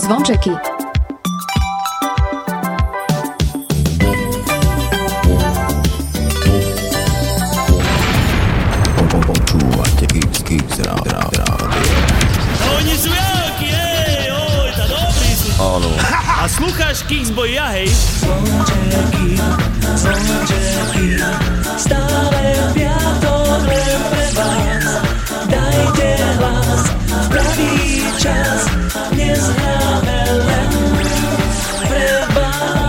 zvončeky. Oni sú veľkí, tá dobrý sú. Áno. A slúcháš Kingsboy, ja hej? Zvončeky, stále piatok len pre vás. Dajte hlas v pravý čas, dnes hráme len pre vás.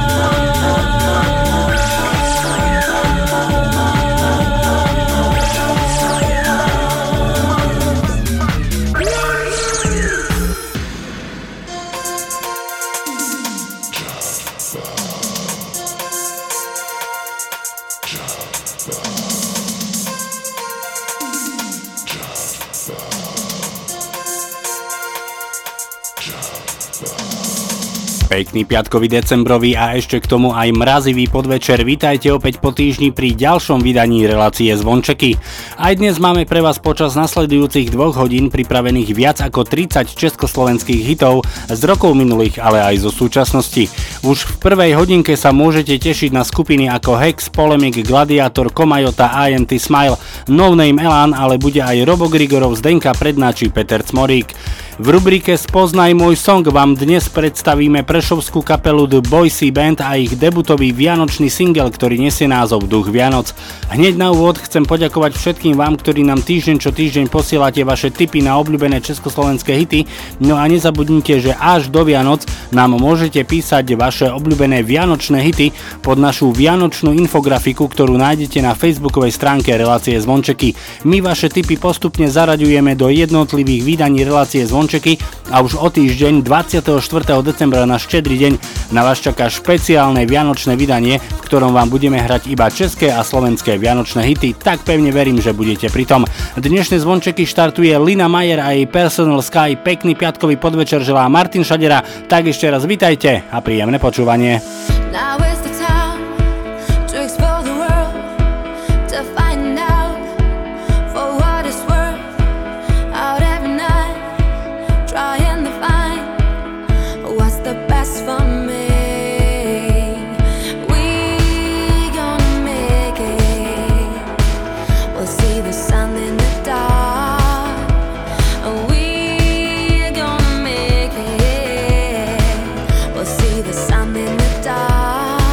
Pekný piatkový decembrový a ešte k tomu aj mrazivý podvečer. Vítajte opäť po týždni pri ďalšom vydaní relácie Zvončeky. Aj dnes máme pre vás počas nasledujúcich 2 hodín pripravených viac ako 30 československých hitov z rokov minulých, ale aj zo súčasnosti. Už v prvej hodinke sa môžete tešiť na skupiny ako Hex, Polemic, Gladiator, Komajota, INT Smile, No Name Elan, ale bude aj Robo Grigorov, Zdenka Prednáči, Peter Cmorík. V rubrike Spoznaj môj song vám dnes predstavíme prešovskú kapelu The Boise Band a ich debutový vianočný single, ktorý nesie názov Duch Vianoc. Hneď na úvod chcem poďakovať všetkým vám, ktorí nám týždeň čo týždeň posielate vaše tipy na obľúbené československé hity. No a nezabudnite, že až do Vianoc nám môžete písať vaše obľúbené vianočné hity pod našu vianočnú infografiku, ktorú nájdete na facebookovej stránke relácie Zvončeky. My vaše tipy postupne zaraďujeme do jednotlivých vydaní relácie Zvončeky a už o týždeň 24. decembra na Štedrý deň na vás čaká špeciálne vianočné vydanie, v ktorom vám budeme hrať iba české a slovenské vianočné hity, tak pevne verím, že budete pri tom. Dnešné Zvončeky štartuje Lina Majer a jej Personal Sky. Pekný piatkový podvečer želá Martin Šadera, tak ešte raz vitajte a príjemné počúvanie. See the sun in the dark.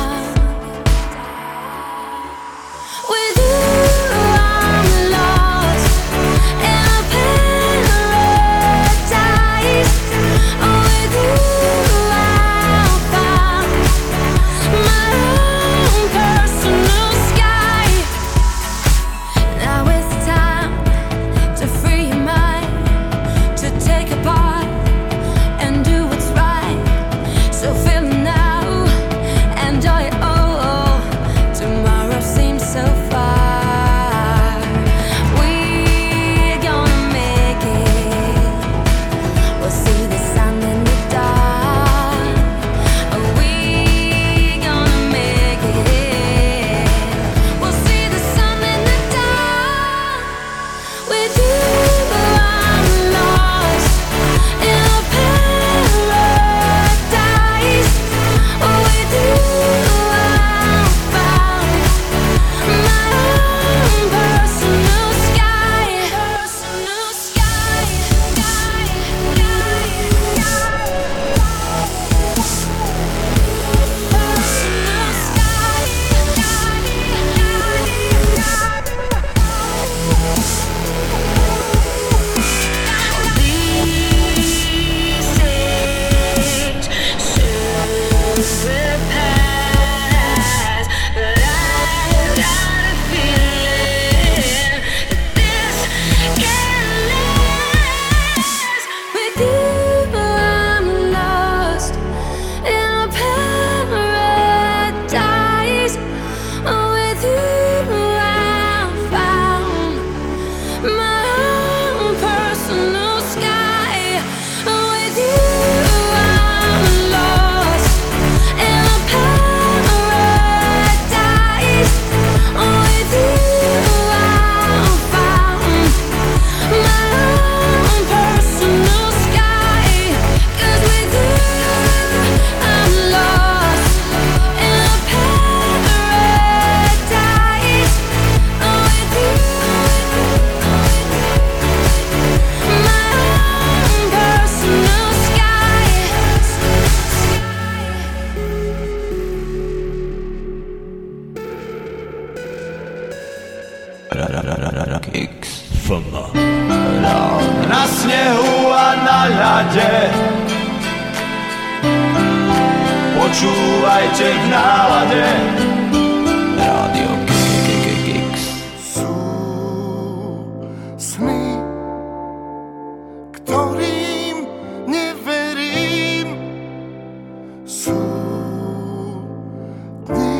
náľade. Počúvajte v nálade. Rádio Kix. Sú sny, ktorým neverím. Sú dni,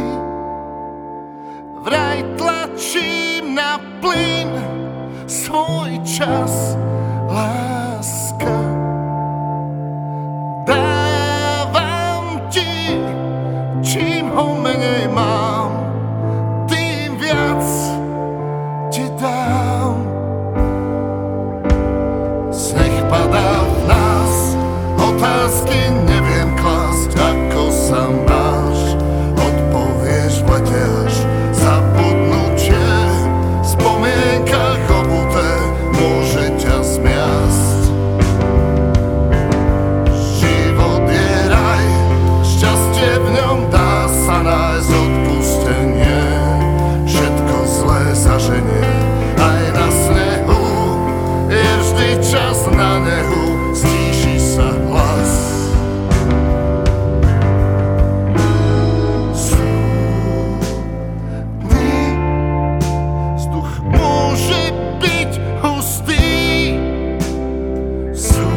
vraj tlačím na plyn svoj čas, láska. Dávam ti, čím ho menej mám, tým viac ti dám. Sneh padá v nás, otázky neviem klásť, ako sa máš. Odpovieš v lete až zabudnutie, v spomienkach obuté môže ťa zmiasť. Život je raj, šťastie v ňom dá sa nájsť odpustenie. Všetko zlé zaženie, aj na snehu je vždy čas na nehu, stíši sa hlas. Sú dni, vzduch môže byť hustý. Sú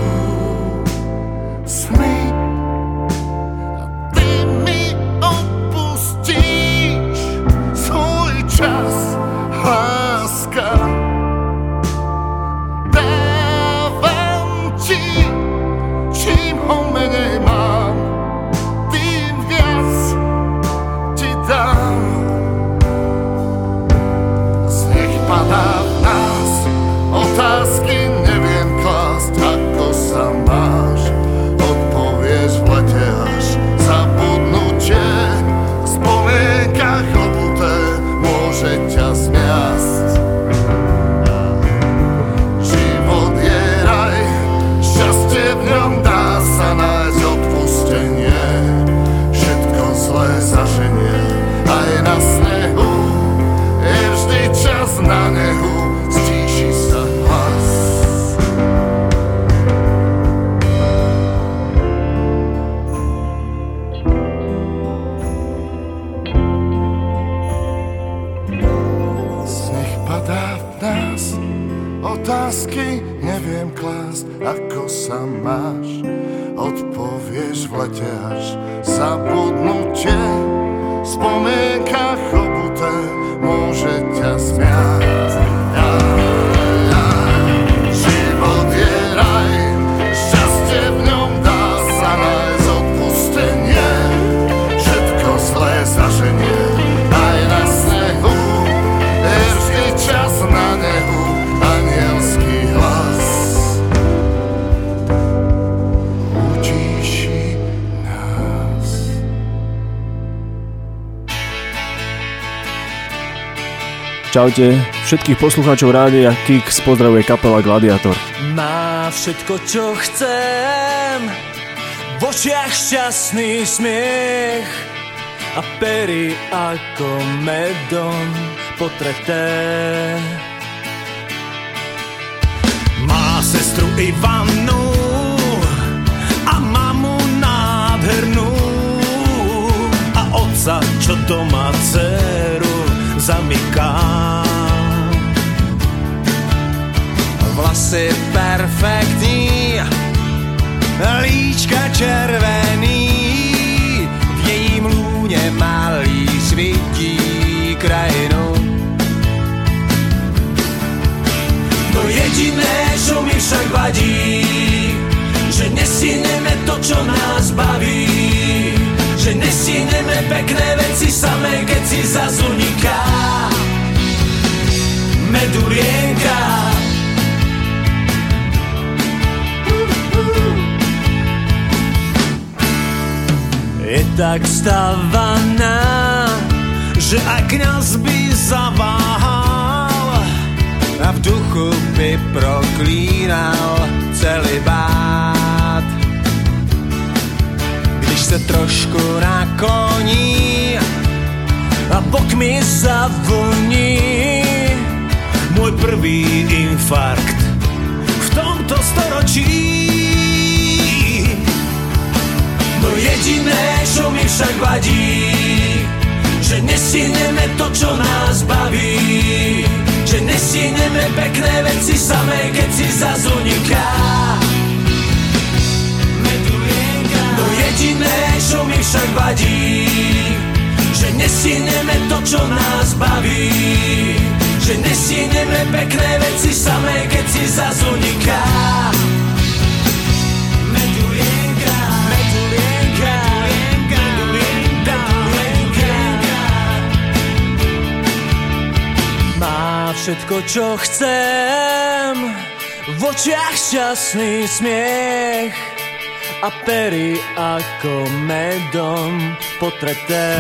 sny a ty mi odpustíš svoj čas, láska. Dávam ti, čím ho menej mám, tým viac ti dám. Sneh padá v nás, otázky neviem klásť, ako sa máš. Odpovieš v lete až zabudnutie, v spomienkach obuté môže ťa zmiasť. Život je raj, šťastie v ňom dá sa nájsť odpustenie. Všetko zlé zaženie, aj na snehu je vždy čas na nehu, stíši sa hlas. Sneh padá v nás, otázky neviem klásť, ako sa máš. Odpovieš v lete až zabudnutie, v spomienkach obuté môže ťa zmiať. Život je raj, šťastie v ňom dá sa nájsť odpustenie. Všetko zlé zaženie, aj na snehu je vždy čas na nehu, anielský hlas utíši nás. Čaute, všetkých poslucháčov Rádia Kix pozdravuje kapela Gladiator. Má všetko, čo chcem, v očiach šťastný smiech a pery ako medom potreté. Má sestru Ivanu a mamu nádhernú a otca, čo doma dceru zamyká. Vlasy perfektní, líčka červený, v jejím lúne malý svítí krajinu. To jediné, čo mi však vadí, že nestíneme to, čo nás baví, že nestíneme pekné veci samé, keď si zazuniká medurienka. Je tak stavaná, že aj kňaz by zaváhal a v duchu by proklínal celibát. Když se trošku nakloní a bok mi zavoní, môj prvý infarkt v tomto storočí. však vadí, že nestihneme to, čo nás baví, že nestihneme pekné veci samé, keď si zazuniká. No jediné, čo mi však vadí, že nestihneme to, čo nás baví, že nestihneme pekné veci samé, keď si zazuniká. Všetko, čo chcem, v očiach šťastný smiech a pery ako medom potreté.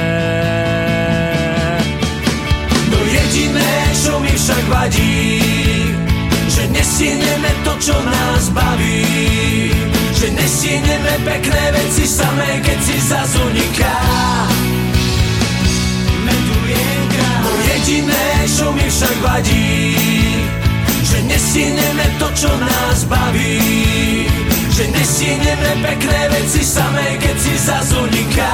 No jediné, čo mi však vadí, že nestihneme to, čo nás baví, že nestihneme pekné veci samé, keď si zazuniká. No jediné, čo mi však vadí, že nestihneme to, čo nás baví, že nestihneme pekné veci samé, keď si zazuniká.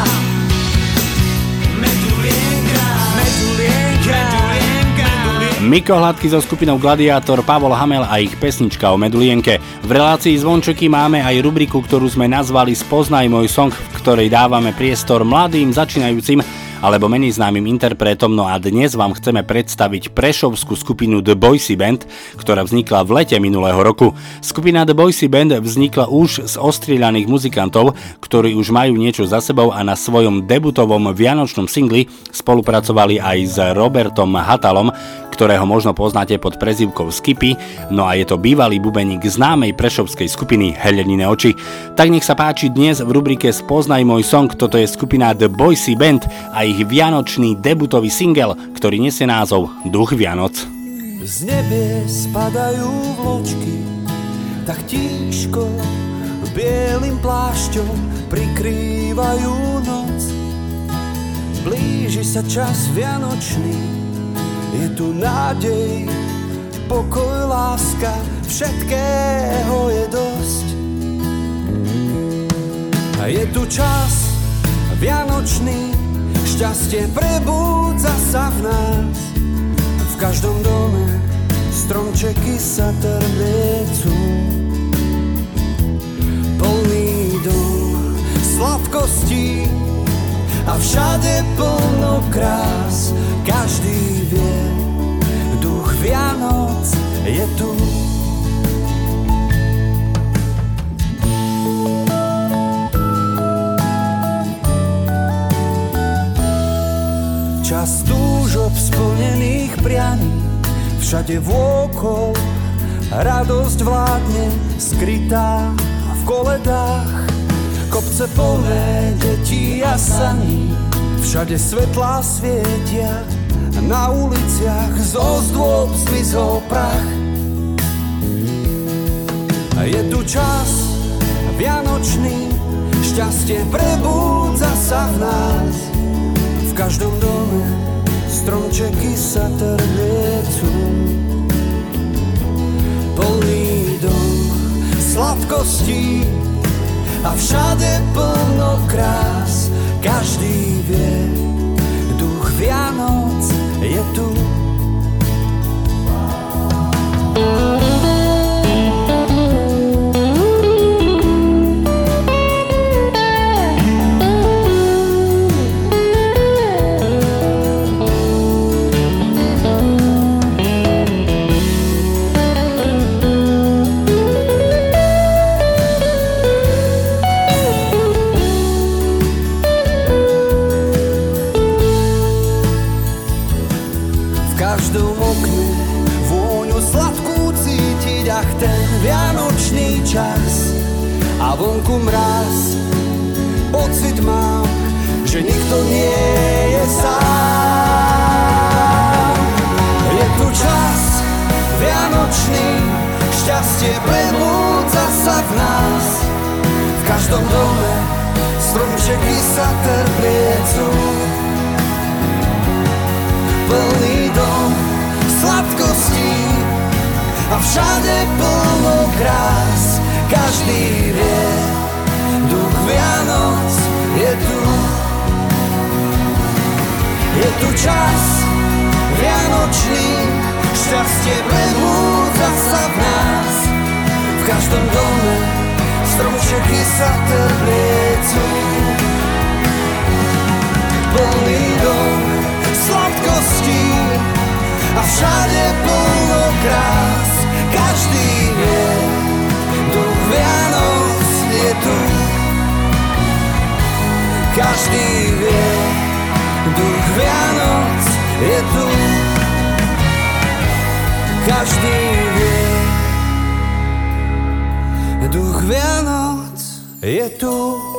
Miko Hladký so skupinou Gladiátor, Pavol Hamel a ich pesnička o Medulienke. V relácii Zvončeky máme aj rubriku, ktorú sme nazvali Spoznaj môj song, v ktorej dávame priestor mladým, začínajúcim alebo menej známym interpretom, no a dnes vám chceme predstaviť prešovskú skupinu The Boysi Band, ktorá vznikla v lete minulého roku. Skupina The Boysi Band vznikla už z ostrieľaných muzikantov, ktorí už majú niečo za sebou a na svojom debutovom vianočnom singli spolupracovali aj s Robertom Hatalom, ktorého možno poznáte pod prezývkou Skippy, no a je to bývalý bubeník známej prešovskej skupiny Helenine oči. Tak nech sa páči dnes v rubrike Spoznaj môj song, toto je skupina The Boysi Band a ich vianočný debutový single, ktorý nesie názov Duch Vianoc. Z nebies spadajú vločky, tak tížko bielým plášťom prikrývajú noc. Blíži sa čas vianočný, je tu nádej, pokoj, láska, všetkého je dosť. A je tu čas vianočný, šťastie prebúdza sa v nás. V každom dome stromčeky sa trbliecú. Plný dom sladkostí a všade plno krás. Každý vie, duch Vianoc je tu. Čas túžob splnených prianí, všade vôkol radosť vládne, skrytá v koledách. Kopce plné detí a saní, všade svetlá svietia, na uliciach z ozdôb zmizol prach. A je tu čas vianočný, šťastie prebúdza sa v nás. V každom dome stromčeky sa trbliecú. Plný dom sladkostí a všade plno krás. Každý vie, duch Vianoc je tu. Čas a vonku mráz, pocit mám, že nikto nie je sám. Je tu čas vianočný, šťastie prebúdza sa v nás. V každom dome stromčeky sa trbliecú. Plný dom sladkostí a všade plno krás. Každý vie, duch Vianoc je tu. stromčeky sa trbliecú. Plný dom sladkostí a všade plno krás. Každý vie, duch Vianoc je tu. Každý vie, duch Vianoc je tu. Každý vie, duch Vianoc je tu.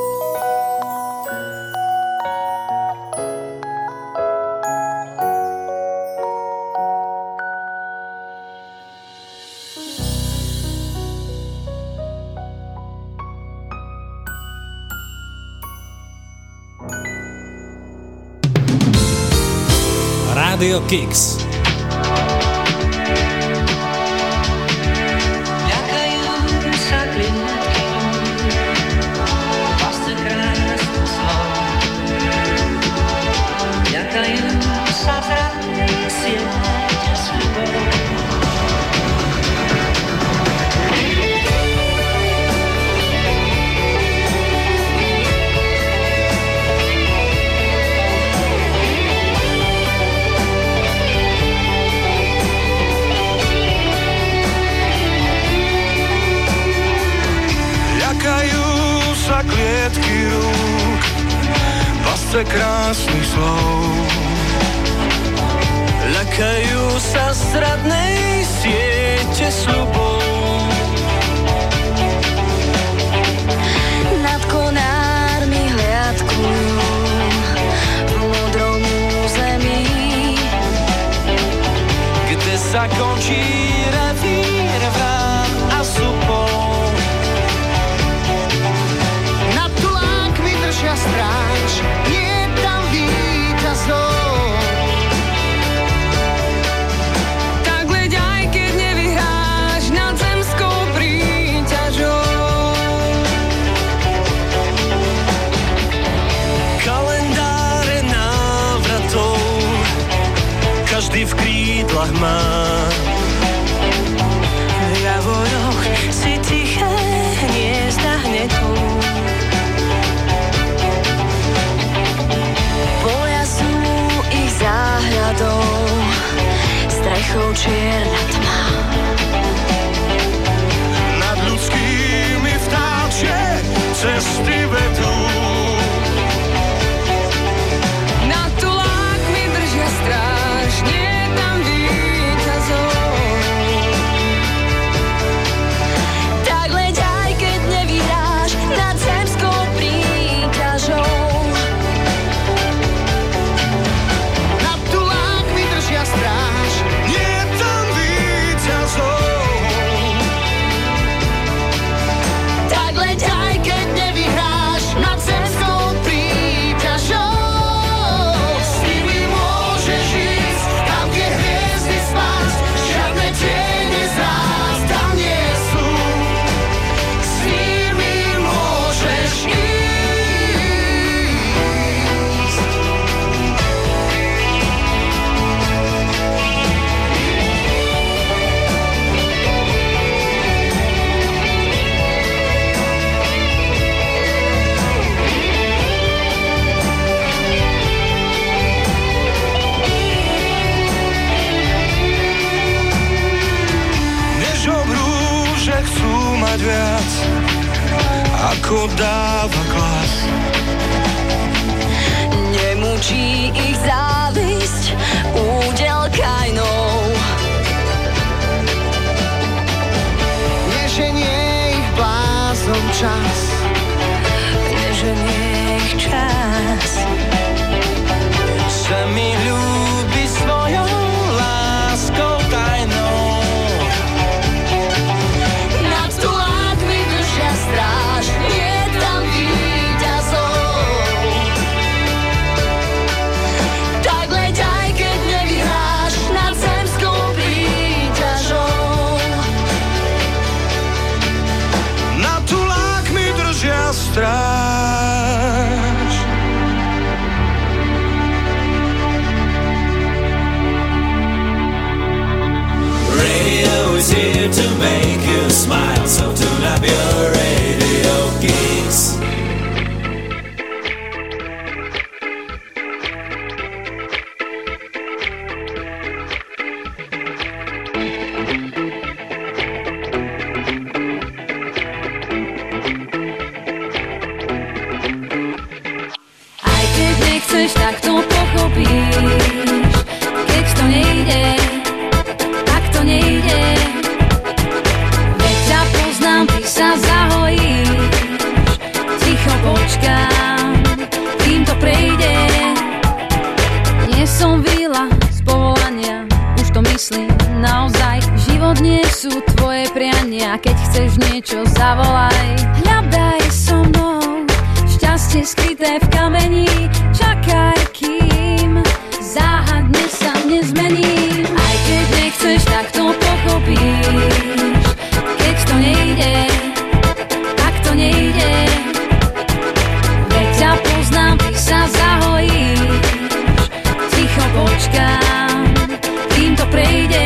Radio Kicks. Klietky rúk, pasce krásnych slov. Ľakajú sa zradnej siete sľubov. Nad konármi hliadkujú v modrom území, kde sa končí revír vrán a supov. Stráž, je tam víťazov. Tak hleď, aj keď nevyhráš nad zemskou príťažou. Kalendáre návratov každý v krídlach má. V javoroch si tiché hniezda hnetú. Záhradou, strechou čierna tma. Nad ľudskými vtáčie cesty vedú. Nad tulákmi držia stráž, nie je tam víťazov. Tak leď, aj keď nevyhráš nad zemskou príťažou. Stráž, nie je tam víťazov. tak leď, aj keď nevyhráš nad zemskou príťažou. S nimi môžeš ísť tam, kde hviezdy spásť, žiadne tiene zrásť tam nie sú. S nimi môžeš ísť. Chcú mať viac, ako dáva klas. Nemučí ich závisť údel kajnou. Neženie ich blázon čas, Neženie ich čas. Sa mi ľúbi svojou láskou tajnou. Stráž, je tam víťazov. Tak leď, aj keď nevyhráš nad zemskou príťažou. Nad tulákmi držia stráž. nechceš, tak to pochopíš. Keď to nejde, tak to nejde. Veď ťa poznám, ty sa zahojíš. Ticho počkám, kým to prejde. Nie som vila z povolania, už to myslím naozaj. Život nie sú tvoje priania, keď chceš niečo, zavolaj. Hľadaj so mnou šťastie skryté v kameni. Čakaj, kým záhadne sa nezmením. Aj keď nechceš, tak to pochopíš. Keď to nejde, tak to nejde. Veď ťa poznám, ty sa zahojíš. Ticho počkám, kým to prejde.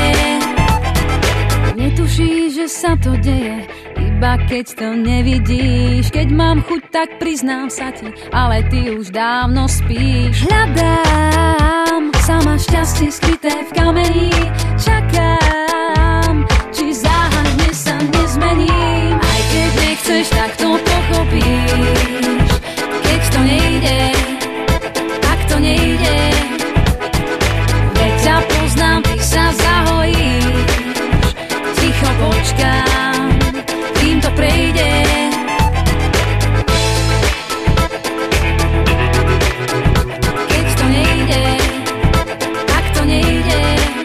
Netušíš, že sa to deje, iba keď to nevidíš. Keď mám chuť, tak priznám sa ti, ale ty už dávno spíš. Hľadám sama šťastie skryté v kameni. Čakám, či záhadne sa nezmením. Aj keď nechceš, tak to pochopíš. Keď to nejde, tak to nejde. Veď ťa poznám, ty sa zahojíš. Ticho počkám, kým to prejde. Keď to nejde, tak to nejde.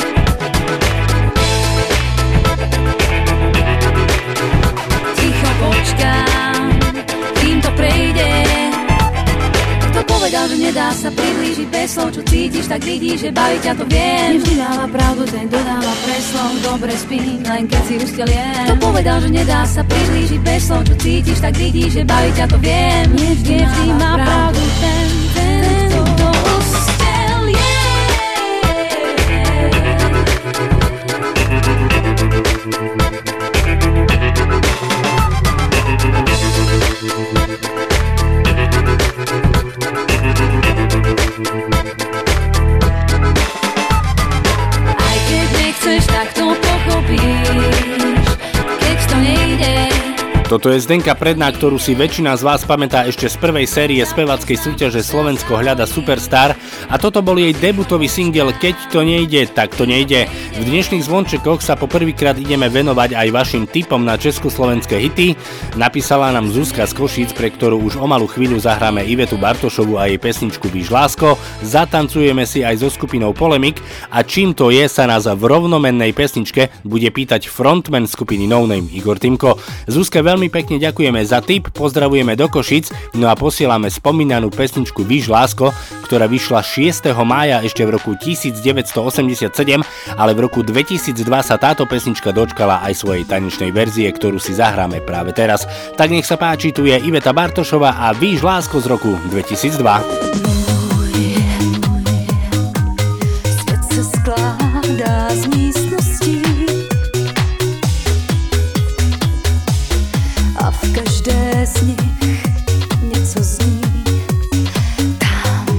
Ticho počkám, kým to prejde. Kto povedal, že nedá sa priblížiť bez slov, čo cítiš, tak vidíš, že baví ťa to, viem. Nevždy dáva pravdu, ten dodáva preslov. Dobre spím, len keď si usteliem. Kto povedal, že nedá sa priblížiť bez slov, čo cítiš, tak vidíš, že baví ťa to, viem. Nevždy má pravdu, ten kto ustelie. Aj keď nechceš, tak to pochopíš. Keď to nejde. Toto je Zdenka Predná, ktorú si väčšina z vás pamätá ešte z prvej série spevackej súťaže Slovensko hľada Superstar, a toto bol jej debutový single Keď to nejde, tak to nejde. V dnešných zvončekoch sa poprvýkrát ideme venovať aj vašim tipom na československé hity. Napísala nám Zuzka z Košíc, pre ktorú už o malú chvíľu zahráme Ivetu Bartošovu a jej pesničku Víš lásko. Zatancujeme si aj so skupinou Polemik a čím to je, sa nás v rovnomennej pesničke bude pýtať frontman skupiny No Name Igor Timko. Zuzke veľmi pekne ďakujeme za tip, pozdravujeme do Košic, no a posielame spomínanú pesničku Víš lásko, ktorá vyšla 6. mája ešte v roku 1987, ale v roku 2002 sa táto pesnička dočkala aj svojej tanečnej verzie, ktorú si zahráme práve teraz. Tak nech sa páči, tu je Iveta Bartošová a Víš lásko z roku 2002. Svět se skládá z místností a v každé z nich něco zní. Tam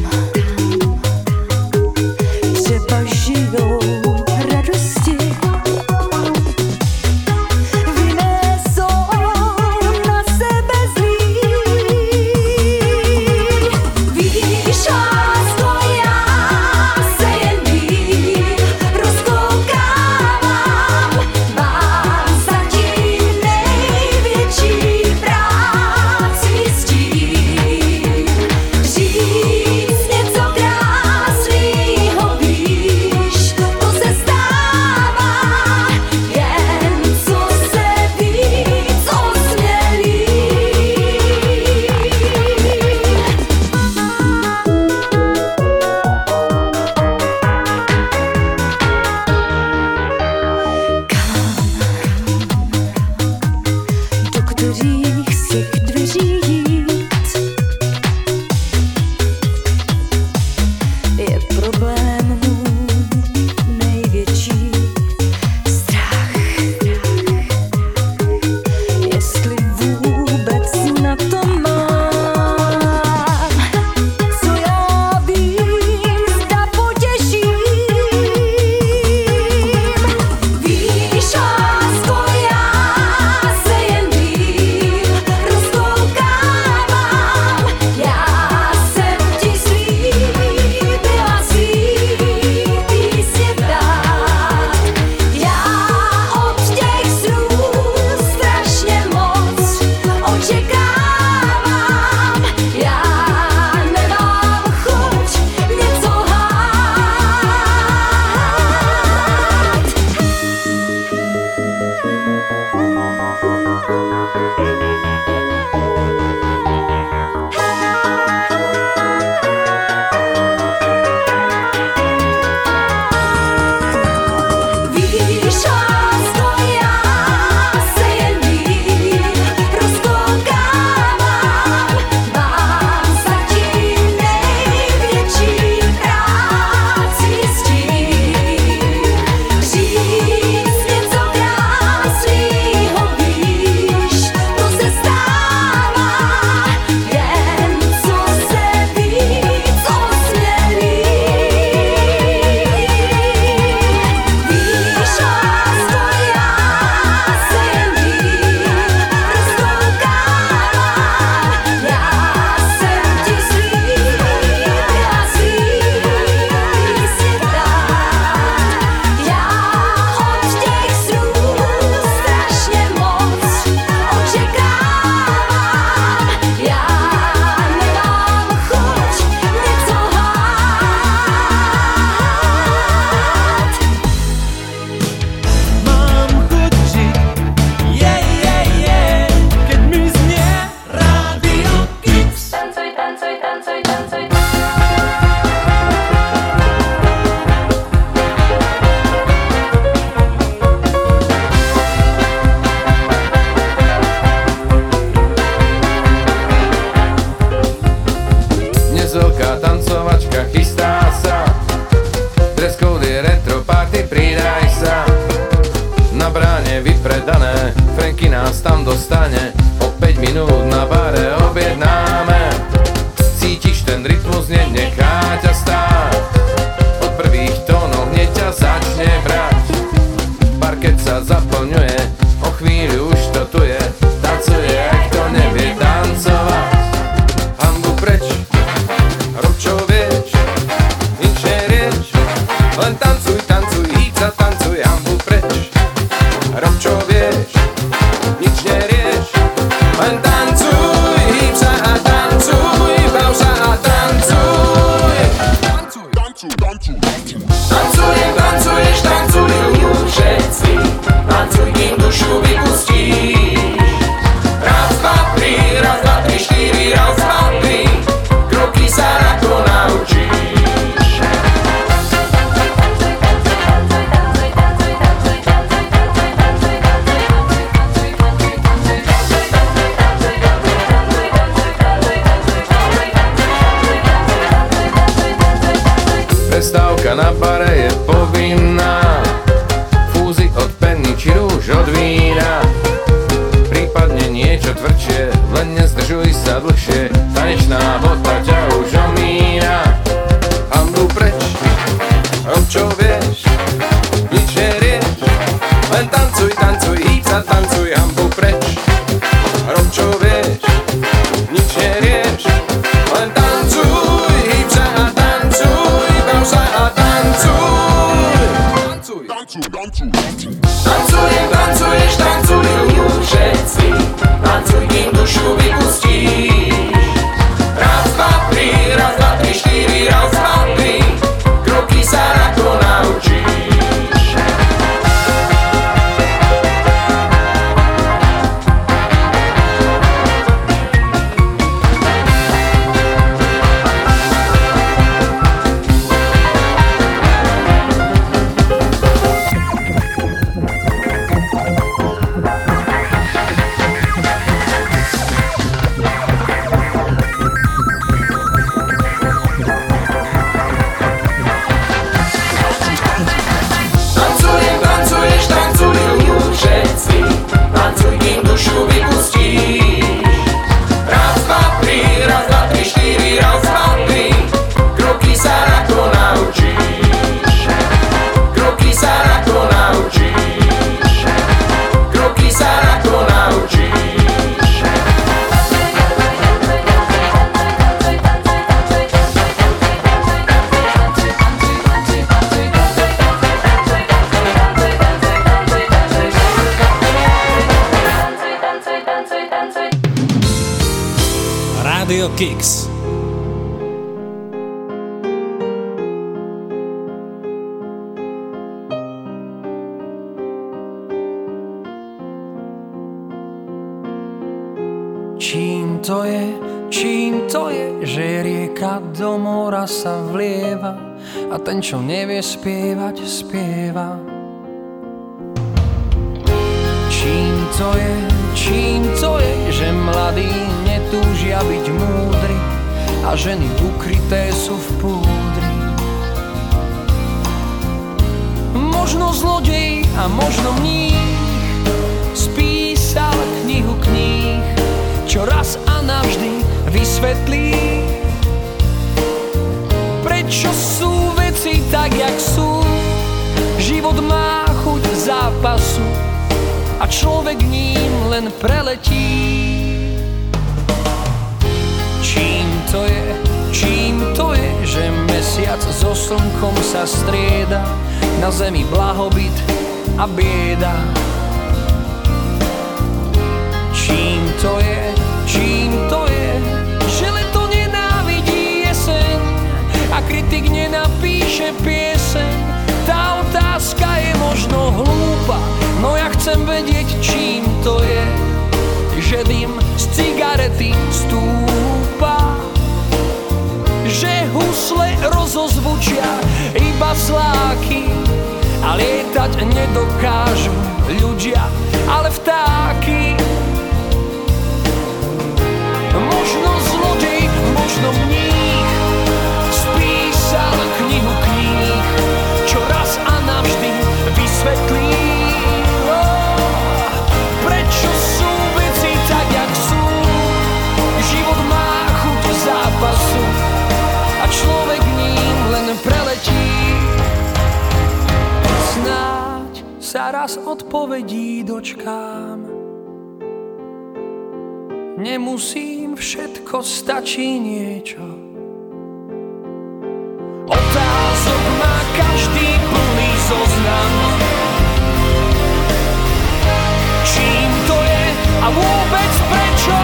třeba žijou radosti, v jiné jsou na sebe zlí. Víš, lásko, já se jen bím, rozkoukávám, mám zatím největší práci. Prestávka na bare je povinná, fúzy od penny či rúž od vína. Prípadne niečo tvrdšie, len nezdržuj sa dlhšie, tanečná bota ťa už omína. Hanbu preč, rob čo vieš, nič nerieš, len tancuj, tancuj, hýb sa, tancuj. Hanbu preč, rob čo vieš, nič nerieš, len tancuj, hýb sa a tancuj, bav sa a tancuj. Tancuj, tancuj, tancuj, tancuj. Tancujem, tancuješ, tancujú všetci, tancuj, kým dušu vypustíš. Raz, dva, tri, raz, dva, tri, štyri, raz, dva, tri, kroky sa ľahko naučíš. Radio Kicks. Čím to je, že rieka do mora sa vlieva a ten, čo nevie spievať, spieva. Čím to je, že mladí netúžia byť múdri a ženy ukryté sú v púdri. Možno zlodej a možno mních spísal knihu kníh, čo raz a navždy vysvetlí, prečo sú veci tak, jak sú. Život má chuť zápasu a človek ním len preletí. Čím to je, že mesiac so slnkom sa strieda, na zemi blahobyt a bieda. Čím to je, že leto nenávidí jeseň a kritik nenapíše pieseň. Tá otázka je možno hlúpa, no ja chcem vedieť, čím to je, že dym z cigarety stúpa, že husle rozozvučia iba sláky a lietať nedokážu ľudia, ale vtáky. Možno zlodej, možno mních spísal knihu kníh, čo raz a navždy vysvetlí, prečo sú veci tak, jak sú. Život má chuť zápasu a človek ním len preletí. Snáď sa raz odpovedí dočkám, nemusím všetko, stačí niečo. Otázok má každý plný zoznam. Čím to je a vôbec prečo?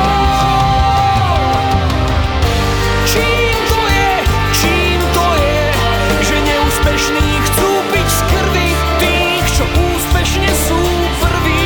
Čím to je, že neúspešní chcú piť z krvi tých, čo úspešne sú prví.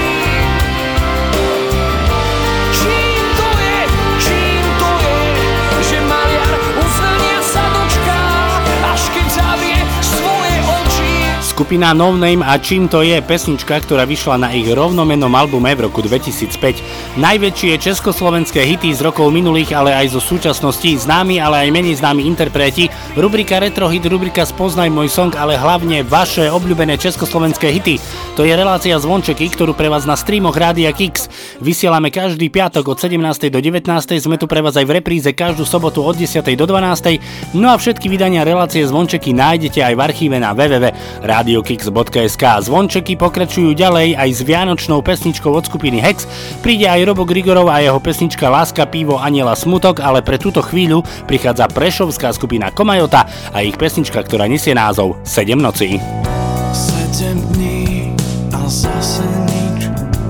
Skupina No Name a Čím to je, pesnička, ktorá vyšla na ich rovnomennom albume v roku 2005. Najväčšie československé hity z rokov minulých, ale aj zo súčasnosti, známi, ale aj menej známi interpreti, rubrika Retro Hit, rubrika Spoznaj môj song, ale hlavne vaše obľúbené československé hity. To je relácia Zvončeky, ktorú pre vás na streamoch Rádia Kix vysielame každý piatok od 17. do 19. Sme tu pre vás aj v repríze každú sobotu od 10. do 12. No a všetky vydania relácie Zvončeky nájdete aj v archíve na www.radiokix.sk. Zvončeky pokračujú ďalej aj s vianočnou pesničkou od skupiny Hex. Príde aj Robo Grigorov a jeho pesnička Láska, pivo, aniela, smutok, ale pre túto chvíľu prichádza prešovská skupina Komajota a ich pesnička, ktorá nesie názov 7 nocí. 7 dní a zase nič,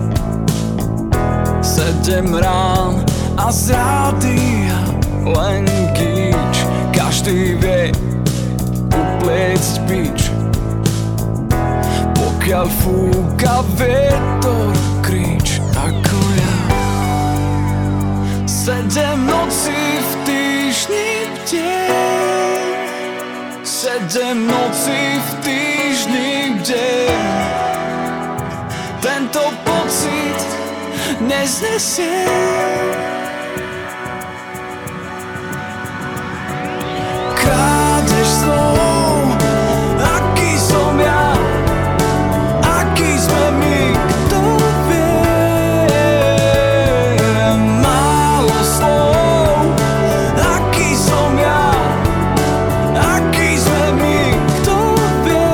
7 rán a z rádia len kýč. Každý vie upliecť bič, pokiaľ fúka vietor kríč ako ja. 7 nocí v týždni deň, 7 nocí v týždni deň. Tento pocit neznesiem. Krádež slov, aký som ja, aký sme my, kto vie. Málo slov, aký som ja, aký sme my, kto vie.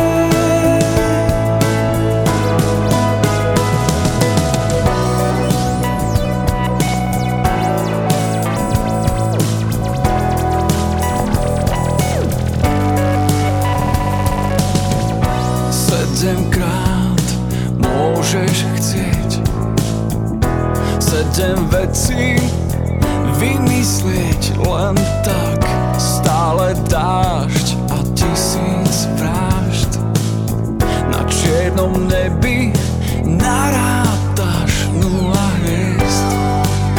Sedemkrát môžeš chcieť 7 vecí vymyslieť len tak. Stále dážď a 1000 vražd. Na čiernom nebi narátaš 0 hviezd.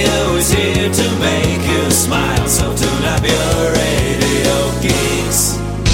radio is here to make you smile, so tune up your radio geeks.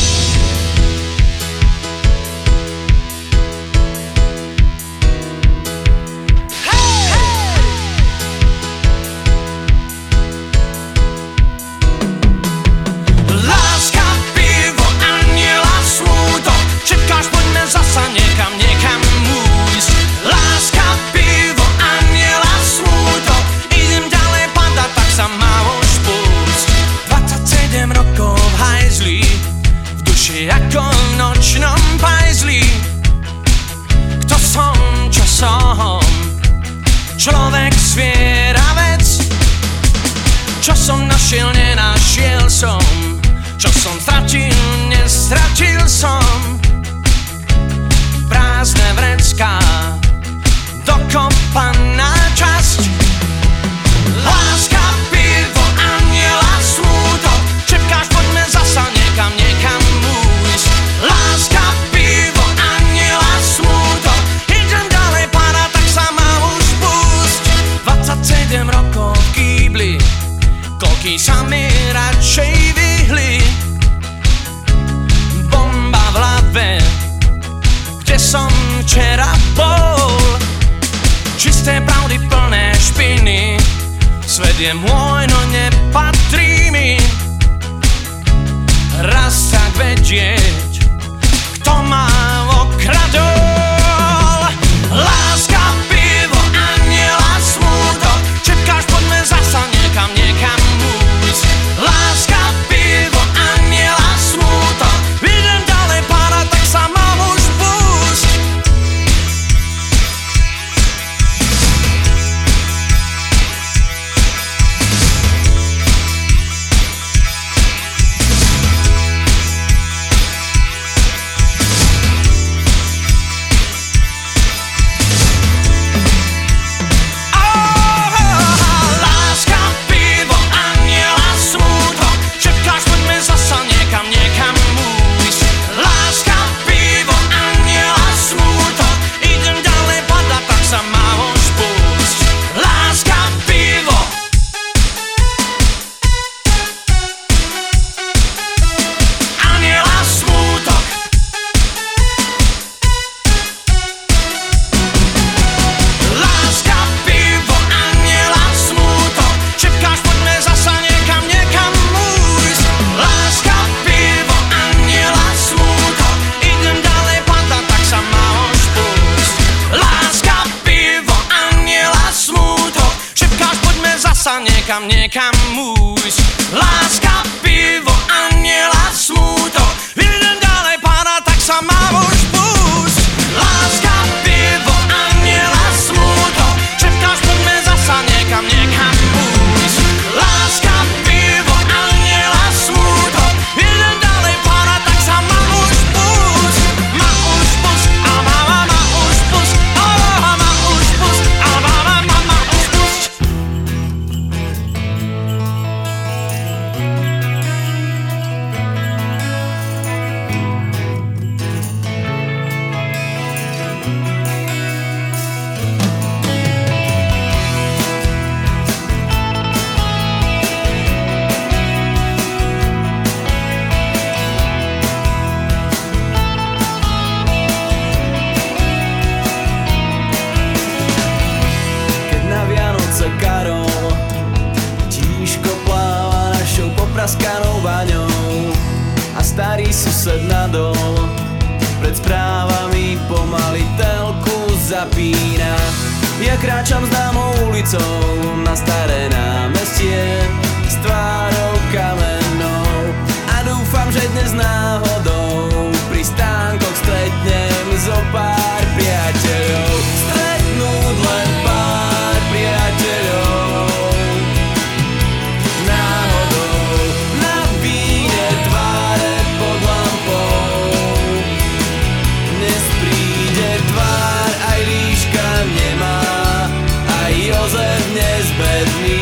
Čekáš, poďme zasa niekam újsť. Láska, pivo, aniela, smútok. Idem ďalej padať, tak sa ma už pusť. 27 rokov v hajzli, v duši ako v nočnom pajzli. Kto som, čo som? Človek, zvieravec. Čo som našiel, nenašiel som. Čo som stratil, nestratil som. Prázdne vrecká, dokopaná časť. Láska, pivo, aniela, smútok. Čepkáš, poďme zasa niekam újsť. Láska, pivo, aniela, smútok. Idem ďalej padať, tak sa ma už pusť. 27 rokov v kýbli, koľký sa mi radšej vyhli. Bomba v hlave, kde som včera bol. Čisté pravdy plné špiny, svet je môj, no nepatrí mi. Raz tak vedieť, kto ma okradol. Láska, pivo, aniela, smútok. Čepkáš, poďme zasa niekam újsť. Láska, pivo, aniela, smútok. Idem ďalej padať, tak sa mám už pusť. Láska, pivo, aniela, smútok. Čepkáš, poďme zasa niekam újsť. Láska, pivo, aniela, smútok. Idem ďalej padať, tak sa ma už pusť. Láska, pivo. Aniela, smútok. Láska, pivo, aniela, smútok. Čepkáš, poďme zasa niekam újsť. Láska, pivo, aniela, smútok. Idem ďalej padať, tak sa ma už pusť. Láska, pivo, aniela, smútok. Čepkáš, poďme zasa niekam újsť. Láska, pivo, aniela, smútok. Idem ďalej padať, tak sa ma už pusť. Láska, pivo, aniela, smútok. Čepkáš, poďme zasa niekam újsť. Láska, pivo, aniela, smútok. Idem ďalej padať, tak sa ma už pusť. Ma už pusť, a ma už pusť. Ma už pusť, a ma už pusť. Keď na Vianoce Karol tížko pláva našou popraskanou baňou a starý sused nadol pred správami pomaly telku zapína. Ja kráčam známou ulicou na staré námestie s tvárou kamennou a dúfam, že dnes náhodou pri stánkoch stretnem zo pár priateľov. Stretnúť len pár priateľov. Náhodou na víne tváre pod lampou. Dnes príde tvár, aj líška nemá, aj Jozef dnes bedný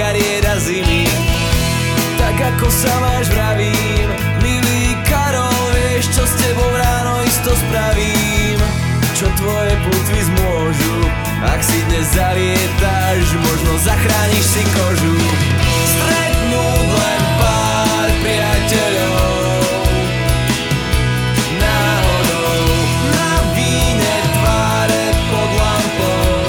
kariéra zimy. Tak ako sa máš, vravím, milý Karol, vieš, čo s tebou ráno isto spravím. Čo tvoje plutvy zmôžu, ak si dnes zalietáš, možno zachrániš si kožu. Stretnúť len pár priateľov, náhodou na víne tváre pod lampou.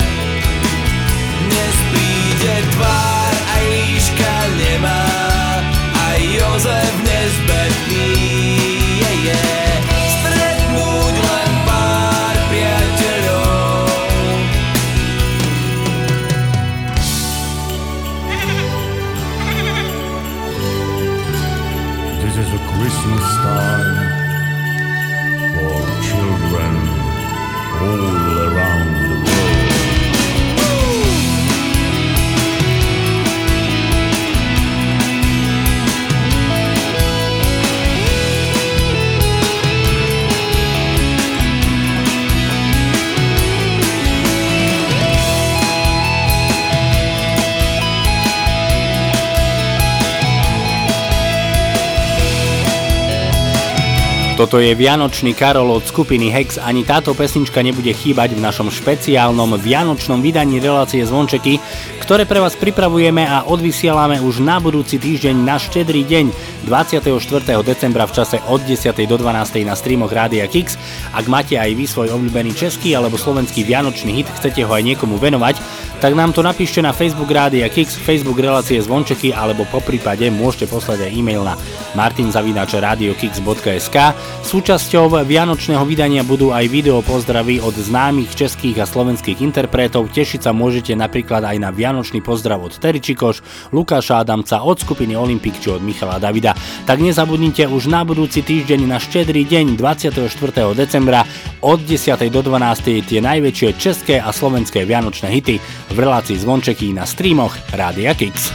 Dnes príde tvár, aj líška nemá, aj Jozef nezbetný je. Stretnúť len pár priateľov. This is a Christmas time for children all around the world. Toto je Vianočný Karol od skupiny Hex. Ani táto pesnička nebude chýbať v našom špeciálnom vianočnom vydaní relácie Zvončeky, ktoré pre vás pripravujeme a odvysielame už na budúci týždeň na Štedrý deň 24. decembra v čase od 10. do 12. na streamoch Rádia Kix. Ak máte aj vy svoj obľúbený český alebo slovenský vianočný hit, chcete ho aj niekomu venovať, tak nám to napíšte na Facebook Rádia Kix, Facebook relácie Zvončeky, alebo poprípade môžete poslať aj e-mail na martin@radiokix.sk. Súčasťou vianočného vydania budú aj video pozdravy od známych českých a slovenských interpretov. Tešiť sa môžete napríklad aj na vianočný pozdrav od Terry Čikoš, Lukáša Adamca, od skupiny Olympik či od Michala Davida. Tak nezabudnite už na budúci týždeň na Štedrý deň 24. decembra od 10. do 12. tie najväčšie české a slovenské vianočné hity v relácii Zvončeky na streamoch Rádia Kix.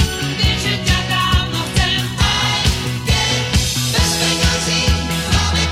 Bez peňazí máme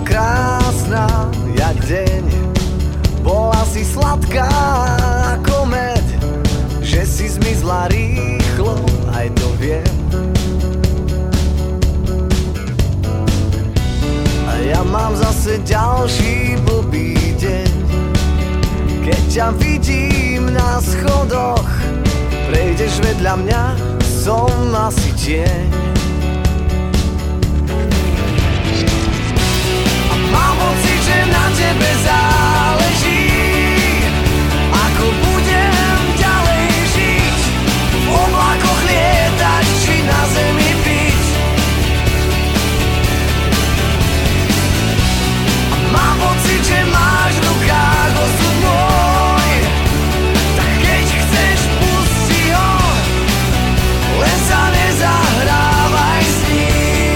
krásna, jak deň. Bola si sladká ako med, že si zmizla rýchlo, aj to viem. A ja mám zase ďalší blbý deň, keď ťa vidím na schodoch, prejdeš vedľa mňa, som asi tieň. A mám pocit, že na tebe záleží, ako budem ďalej žiť, v oblakoch lietať, či na zemi byť. A mám pocit, že máš v rukách osud môj, tak keď chceš, pusti ho, len sa nezahrávaj s ním.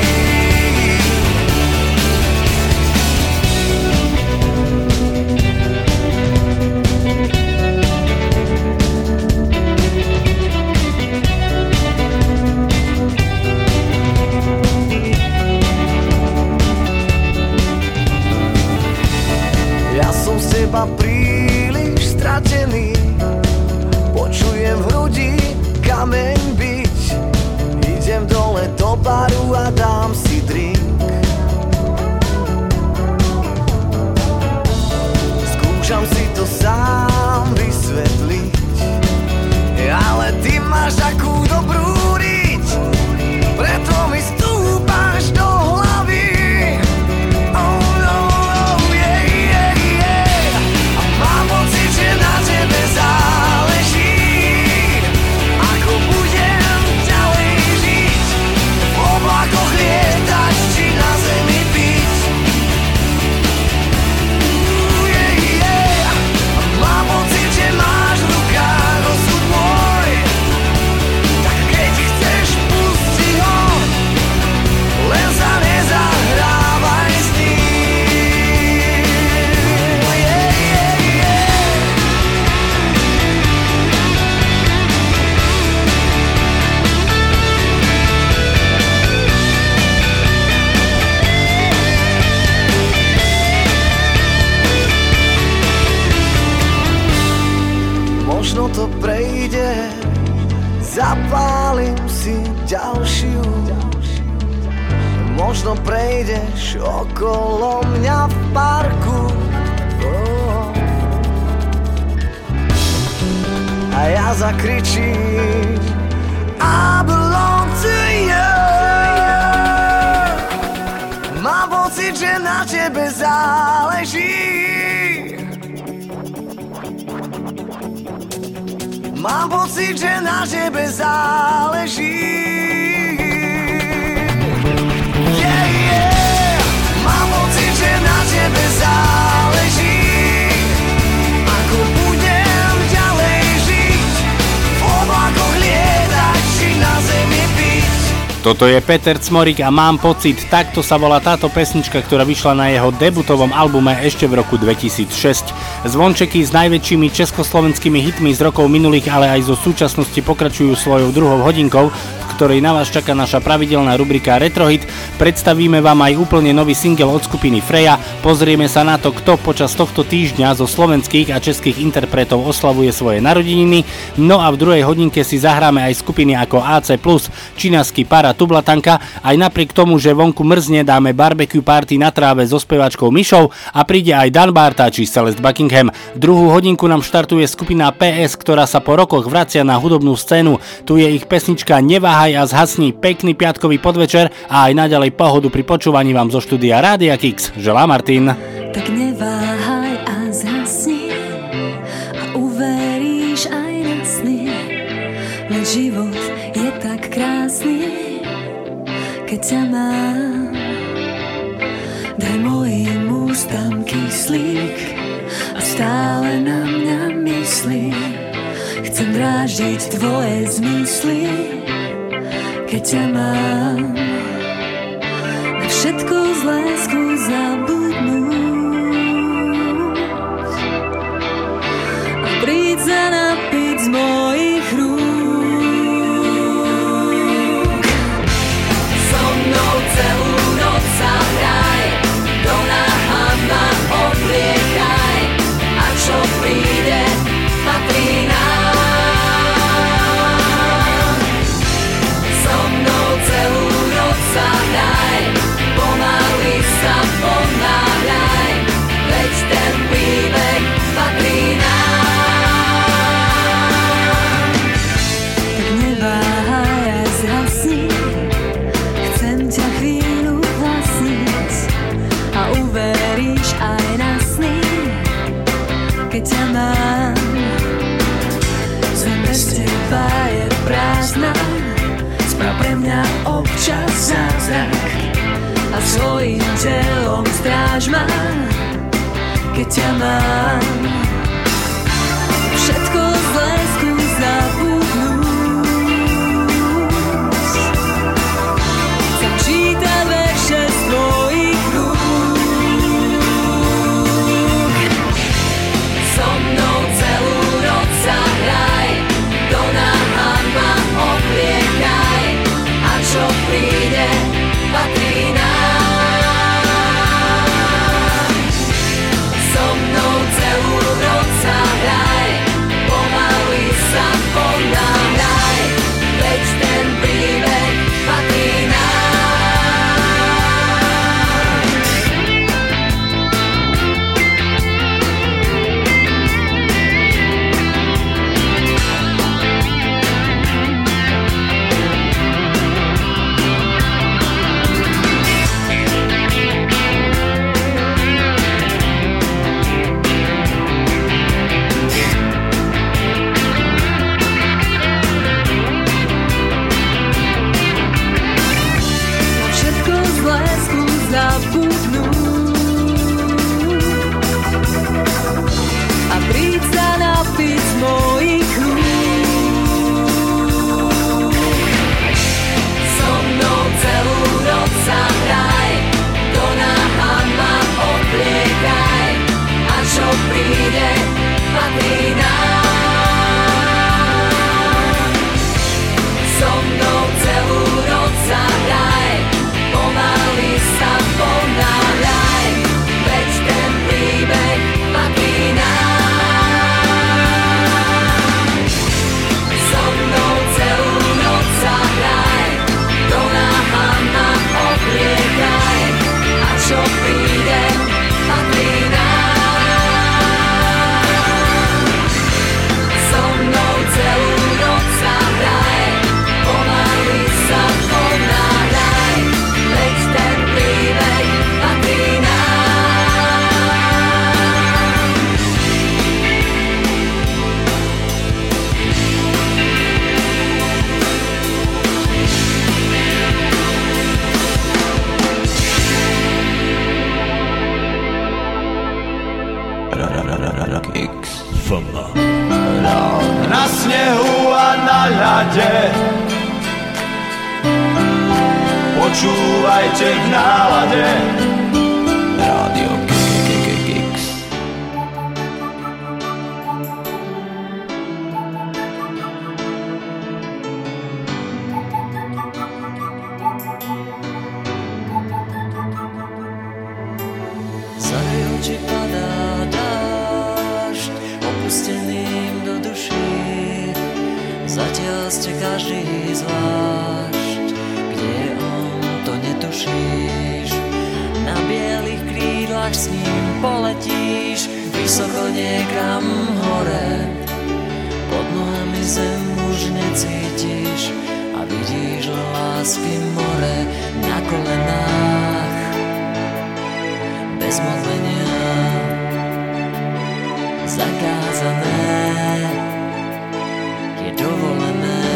Ja som z teba príliš stratený, počujem v hrudi kameň byť. Idem dole do baru a dám si drink. Skúšam si to sám vysvetliť, ale ty máš takú dobrú riť, preto mi stúpaš do hlavy. Oh no, oh yeah, yeah, yeah. A mám pocit, že na tebe záleží, ako budem ďalej žiť, v oblakoch lietať, či na zemi byť. Yeah, yeah. A mám pocit, že máš v rukách osud môj, tak keď chceš, pusti ho, len sa nezahrávaj s ním. Yeah, yeah, yeah. Možno to prejde, zapálim si ďalšiu. Možno prejdeš okolo mňa v parku. Oh. A ja zakričím I belong to you. Mám pocit, že na tebe záleží. Mám pocit, že na tebe záleží. Yeah, yeah. Mám pocit, že na tebe záleží, ako budem ďalej žiť, v oblakoch lietať, či na zemi byť. Toto je Peter Cmorík a Mám pocit, takto sa volá táto pesnička, ktorá vyšla na jeho debutovom albume ešte v roku 2006. Zvončeky s najväčšími československými hitmi z rokov minulých, ale aj zo súčasnosti pokračujú svojou druhou hodinkou, v ktorej na vás čaká naša pravidelná rubrika Retrohit. Predstavíme vám aj úplne nový single od skupiny Freja, pozrieme sa na to, kto počas tohto týždňa zo slovenských a českých interpretov oslavuje svoje narodeniny, no a v druhej hodinke si zahráme aj skupiny ako AC+, Činasky, Para, Tublatanka. Aj napriek tomu, že vonku mrzne, dáme barbecue party na tráve so speváčkou Mišou a príde aj Dan Barta či Celeste Buckingham. Druhú hodinku nám štartuje skupina PS, ktorá sa po rokoch vracia na hudobnú scénu. Tu je ich pesnička Neváhaj a zhasni. Pekný piatkový podvečer a aj naďalej pohodu pri počúvaní vám zo štúdia Rádia Kix želá Martin. Tak neváhaj a zhasni a uveríš aj na sny, len život je tak krásny, keď ťa mám. Daj mojim ústam kyslík a stále na mňa myslí. Chcem dráždiť tvoje zmysly, keď ťa mám. Na všetko z lásku zabudnúť a príď sa napiť z mojich rúk. So mnou celú noc sa hraj, do nás svojim telom stráž ma, keď ťa mám. Všetko z lásku zabudnúť. Chcem čítať verše z tvojich rúk. So mnou celú noc sa hraj, do náhľad ma obliekaj, a čo príde, patrí nám. So mnou celú noc sa hraj, pomaly sa ponáhľaj, veď ten príbeh patrí nám. Všetko z lásku zabudnúť a príď sa napiť z mojich rúk. So mnou celú noc sa hraj, do náhľad ma obliekaj, a čo príde, patrí nám. So mnou celú noc sa hraj, pomaly sa ponáhľaj, veď ten príbeh patrí nám. So mnou celú noc sa hraj, do náhľad ma obliekaj, a čo príde, patrí nám. So mnou celú noc sa hraj, pomaly sa ponáhľaj, veď ten príbeh patrí nám. Na snehu a na ľade počúvajte v nálade Rádio Kix. Zavri oči, padá dážď, opusteným do duší. Zatiaľ ste každý zvlášť, kde je on, to netušíš. Na bielých krídlach s ním poletíš, vysoko niekam hore. Pod nohami zem už necítiš a vidíš lásky more na kolenách. Bez modlenia zakázané je dovolené.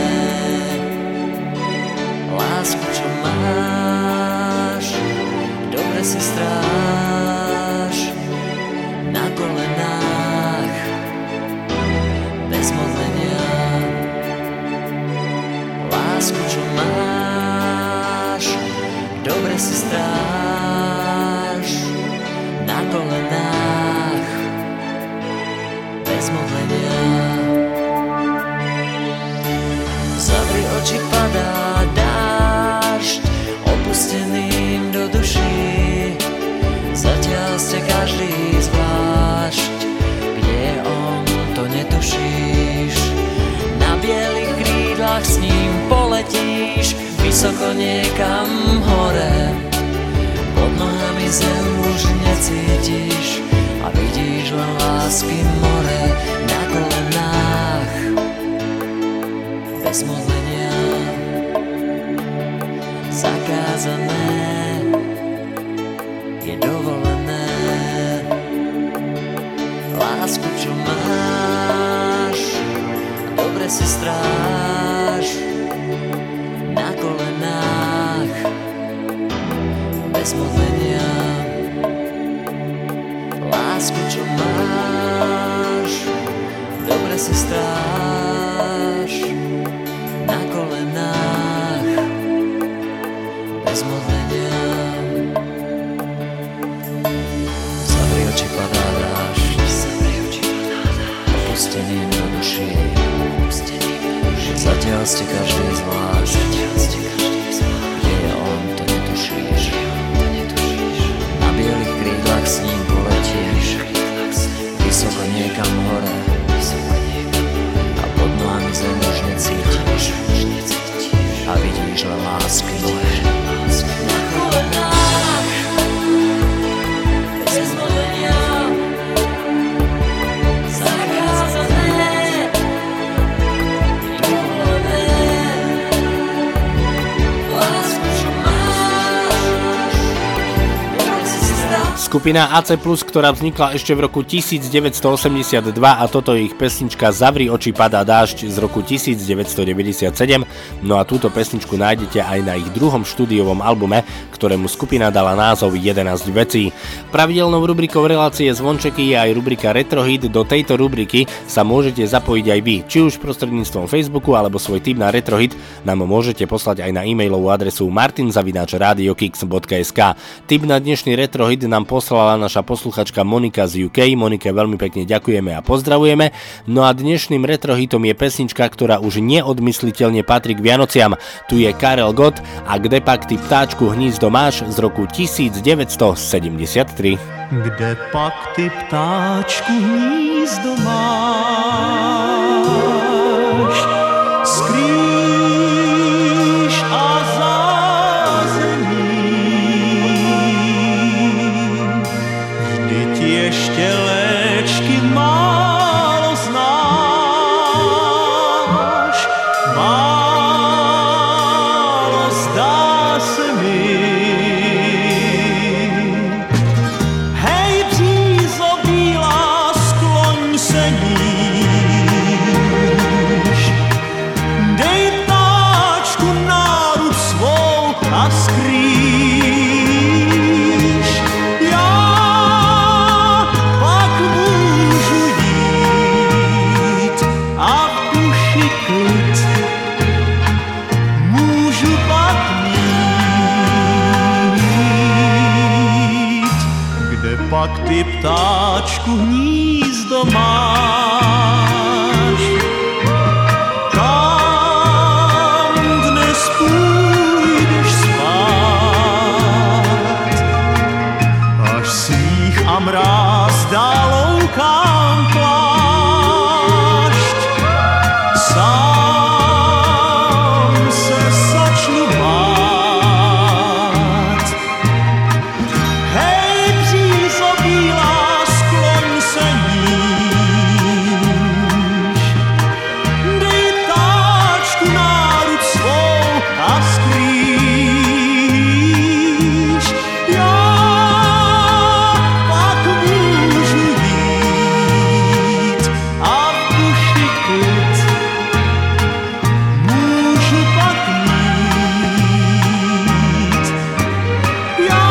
Lásku, čo máš, dobre si stráž na kolenách. Bez modlenia lásku, čo máš, dobre si stráž na kolenách. Bez modlenia. Zavri oči, padá dážď, opusteným do duší. Zatiaľ ste každý zvlášť, kde je on, to netušíš. Na bielých krídlach s ním poletíš, vysoko niekam hore. Pod nohami zem už necítiš a vidíš len lásky more na kolenách. Bez modlenia zakázané je dovolené. Lásku, čo máš, dobre si stráž na kolenách. Bez modlenia menia. Lásku, čo máš, dobre si stráž na kolenách bez modlenia. Zavri oči, padá dážď, opustený na duši, zatiaľ ste každý zvlášť. Kde je on, to netušíš. Na bielých krídlach s ním poletíš, vysoko niekam hore, a pod nohami zem už necítiš. A vidíš len lásky moje na kolenách bez modlenia. Skupina AC+, ktorá vznikla ešte v roku 1982 a toto je ich pesnička Zavri oči, padá dážď z roku 1997. No a túto pesničku nájdete aj na ich druhom štúdiovom albume, ktorému skupina dala názov 11 vecí. Pravidelnou rubrikou relácie Zvončeky je aj rubrika Retrohit. Do tejto rubriky sa môžete zapojiť aj vy, či už prostredníctvom Facebooku alebo svoj tip na Retrohit nám môžete poslať aj na e-mailovú adresu martin@radiokix.sk. Tip na dnešný Retrohit nám poslala naša posluchačka Monika z UK. Monike veľmi pekne ďakujeme a pozdravujeme. No a dnešným retrohitom je pesnička, ktorá už neodmysliteľne patrí k Vianociam. Tu je Karel Gott a Kde pak ty ptáčku hnízdo máš z roku 1973. Kde pak ty ptáčku hnízdo máš? Skrýš a ještě léčky málo znáš, málo zdá se mi. Hej, břízo bílá, skloň se níž, dej ptáčku náruč svou a skrýš. Pak ty ptáčku hnízdo máš, kam dnes půjdeš spát, až sníh a mráz dá loukám plášť, sám se začnu bát. Hej, bílá, skloň se níž, dej ptáčku náruč svou a skrýš. Já pak můžu jít a v duši klid můžu pak mít. Já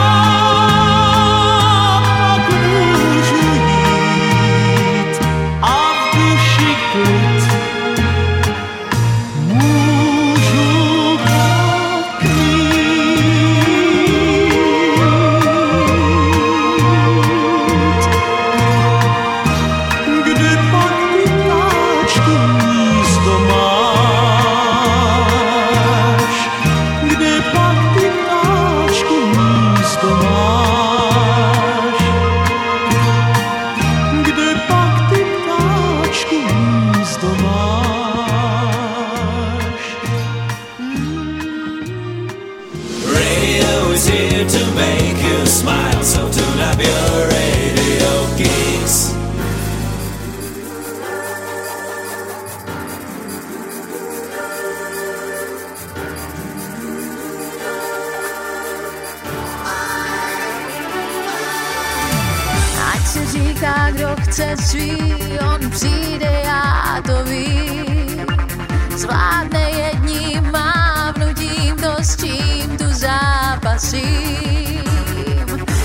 říká, kdo chce svý, on přijde, já to vím. Zvládne jedním mávnutím to, s čím tu zápasím.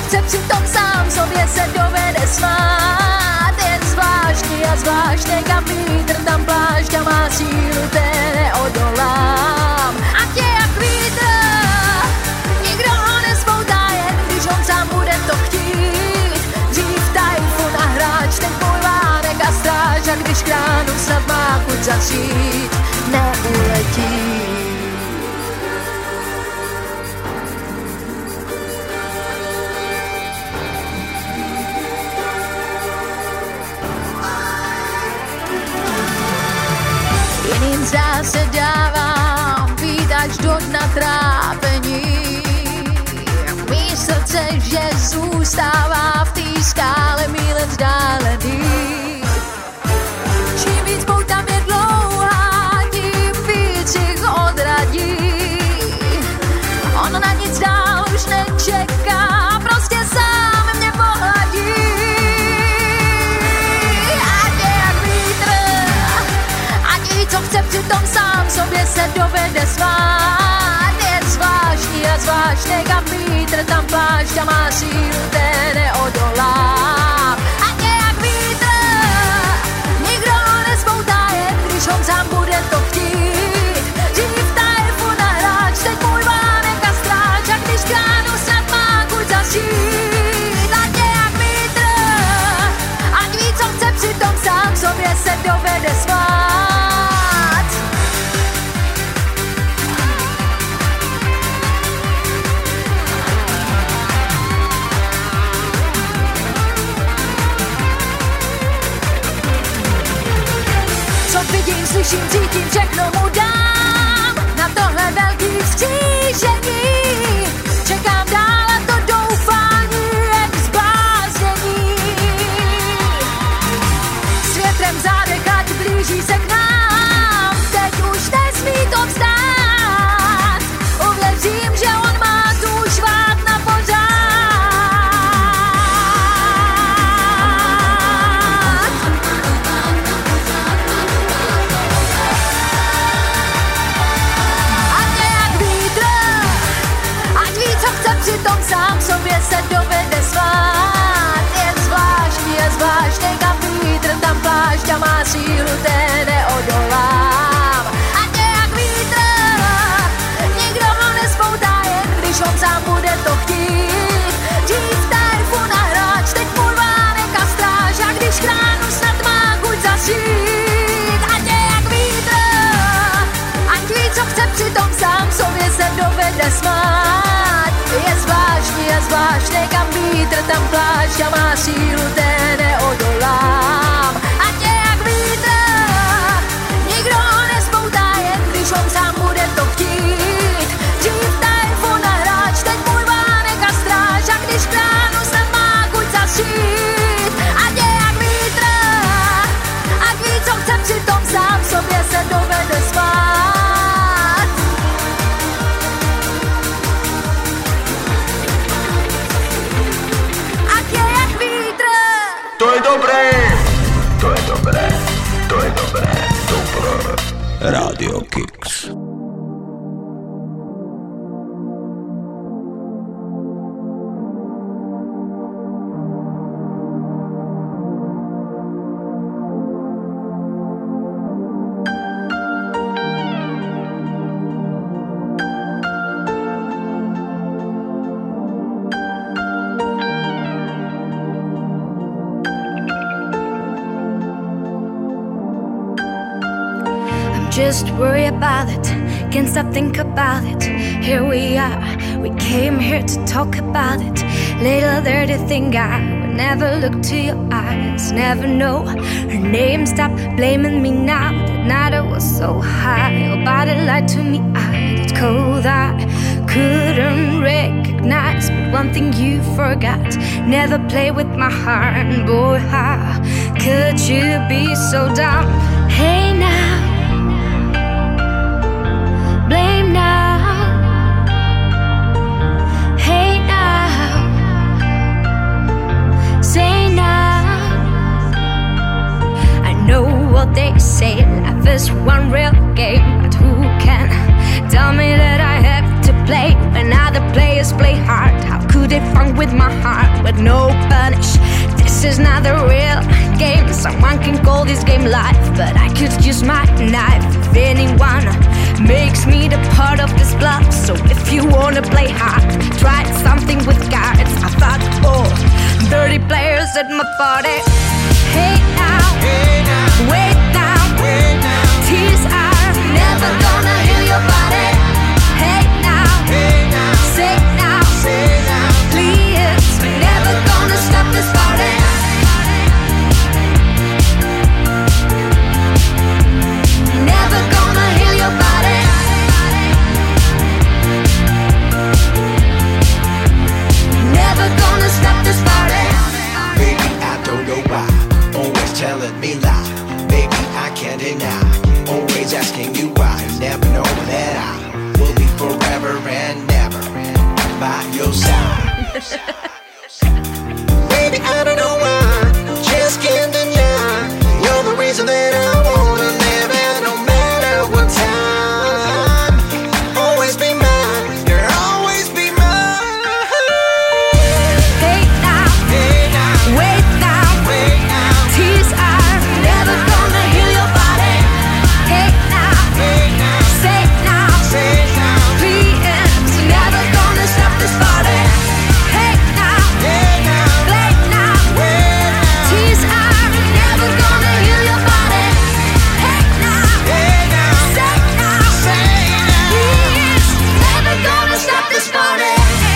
chce, přitom sám sobě se dovede smát. Jen zvláštní a zvláštně, kam vítr, tam plášť a má sílu, té neodolám. A tě jak vítr, nikdo ho nespoutá, jen když on sám bude to chtít. Dřív tajfun a hráč, ten můj vánek a stráž, a když kránu snad má chuť začít, neuletí. Jiným zdá se dávám být až do dna trápení. Mý srdce, že zůstává v té skále míle vzdálený. Čím víc pouta je dlouhá, tím víc jich odradí. On na nic dál už nečeká, prostě sám mě pohladí. Co chce, přitom sám sobě se dovede svát. Je zvláštní a zvláštně, kam vítr, tam plášť a má sílu, té neodolá. A nějak vítr, nikdo ho nespoutá, jen když on sám bude to chtít. Dřív tajfun a hráč, teď můj vánek a stráč, a když kránu snad má chuť začít. A nějak vítr, ať ví, co chce, přitom sám sobě se dovede svát. Vidím, slyším, cítím, všechno mu dám. Na tohle velký vzkříšení čekám dál a to doufání je k zbláznění. S větrem v zádech, ať blíží se k nám, teď už nesmí to vzdát. Uvěřím, že on má tu švát na pořád. Přitom sám sobě se dovede svát. Je zvláštní a zvláštně, kam vítr, tam plášť a má sílu, té neodolám. A nějak vítr, nikdo ho nespoutá, jen když on sám bude to chtít. Dřív tajfun a hráč, teď můj vánek a stráž, a když kránu snad má chuť začít. A nějak vítr, ať ví, co chce, přitom sám sobě se dovede smát. Je zvláštní a zvláštně, kam vítr, tam plášť a má sílu, té neodolám. A nějak vítr, nikdo ho nespoutá, jen když on sám bude to chtít. Dřív tajfun a hráč, teď můj vánek a stráž, a když kránu snad má chuť začít. A nějak vítr, ať ví, co chce, přitom sám sobě se dovede svát. To je dobré, to je dobré, to je dobré, dobré. Radio Kicks. Just worry about it, can't stop think about it. Here we are, we came here to talk about it. Little dirty thing, I would never look to your eyes, never know her name. Stop blaming me now, that night I was so high. Your body lied to me, I did cold, I couldn't recognize. But one thing you forgot, never play with my heart. Boy, how could you be so dumb? Hey now, blame now. Hey now, say now. I know what they say, life is one real game, but who can tell me that I have to play when other players play hard? How could they funk with my heart with no punish. This is not a real game. Someone can call this game life, but I could use my knife if anyone makes me the part of this bluff. So if you wanna play hard, try something with cards. I thought, oh, dirty players at my party. Hey now, wait now, tears are never gonna heal your body. Hey now, say now, please, we're never gonna stop this party. Never gonna heal your body. Never gonna stop this party. Baby, I don't know why, always telling me lie. Baby, I can't deny, always asking you why. You never know that I will be forever and never by your side. Baby, I don't know why, just can't deny. You're the reason that I wanna live, and no matter what time, always be mine, you'll always be mine. Hey now, wait now, tears are never gonna heal your body. Hey now, say now, please, never gonna stop this party. Hey now, play now, tears are never gonna heal your body. Hey now, say now, please, never gonna stop this party.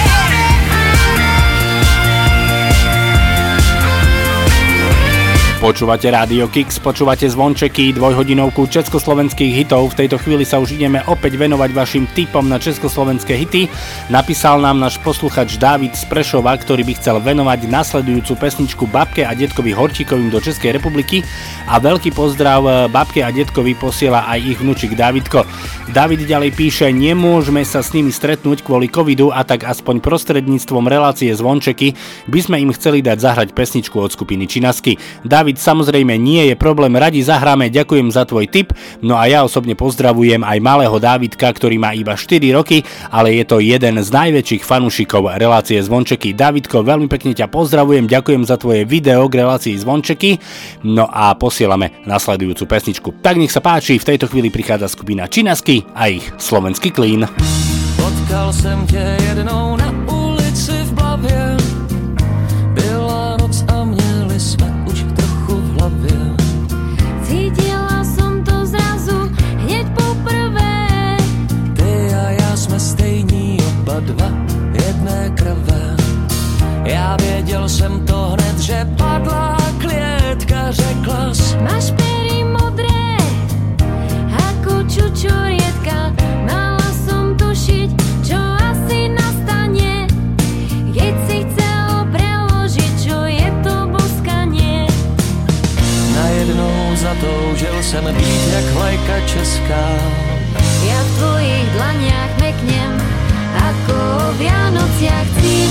Počúvate Rádio Kix, počúvate Zvončeky, dvojhodinovku československých hitov. V tejto chvíli sa už ideme opäť venovať vašim tipom na československé hity. Napísal nám náš posluchač Dávid z Prešova, ktorý by chcel venovať nasledujúcu pesničku babke a detkovi Horčíkovým do Českej republiky, a veľký pozdrav babke a detkovi posiela aj ich vnučik Dávidko. Dávid ďalej píše: nemôžeme sa s nimi stretnúť kvôli covidu, a tak aspoň prostredníctvom relácie Zvončeky by sme im chceli dať zahrať pesničku od skupiny Činasky. Dávid, samozrejme nie je problém, radi zahráme, ďakujem za tvoj tip. No a ja osobne pozdravujem aj malého Dávidka, ktorý má iba 4 roky, ale je to jeden z najväčších fanúšikov relácie Zvončeky. Dávidko, veľmi pekne ťa pozdravujem, ďakujem za tvoje video k relácii Zvončeky. No a posielame nasledujúcu pesničku. Tak nech sa páči, v tejto chvíli prichádza skupina Činasky a ich Slovenský klín. Potkal jsem tě jednou na ulici v Blavě, byla noc a měli jsme už trochu v hlavě. Cítila som to zrazu hneď poprvé. Ty a já jsme stejní, oba dva jedné krve. Já věděl jsem to hned, že padla klietka, řeklas: máš pery modré ako čučorietka. Mala som tušiť, čo asi nastane, keď si chcel preložiť, čo je to boskanie. Najednou zatoužil jsem být jak vlajka česká. Ja v tvojich dlaniach meknem ako o Vianociach cín.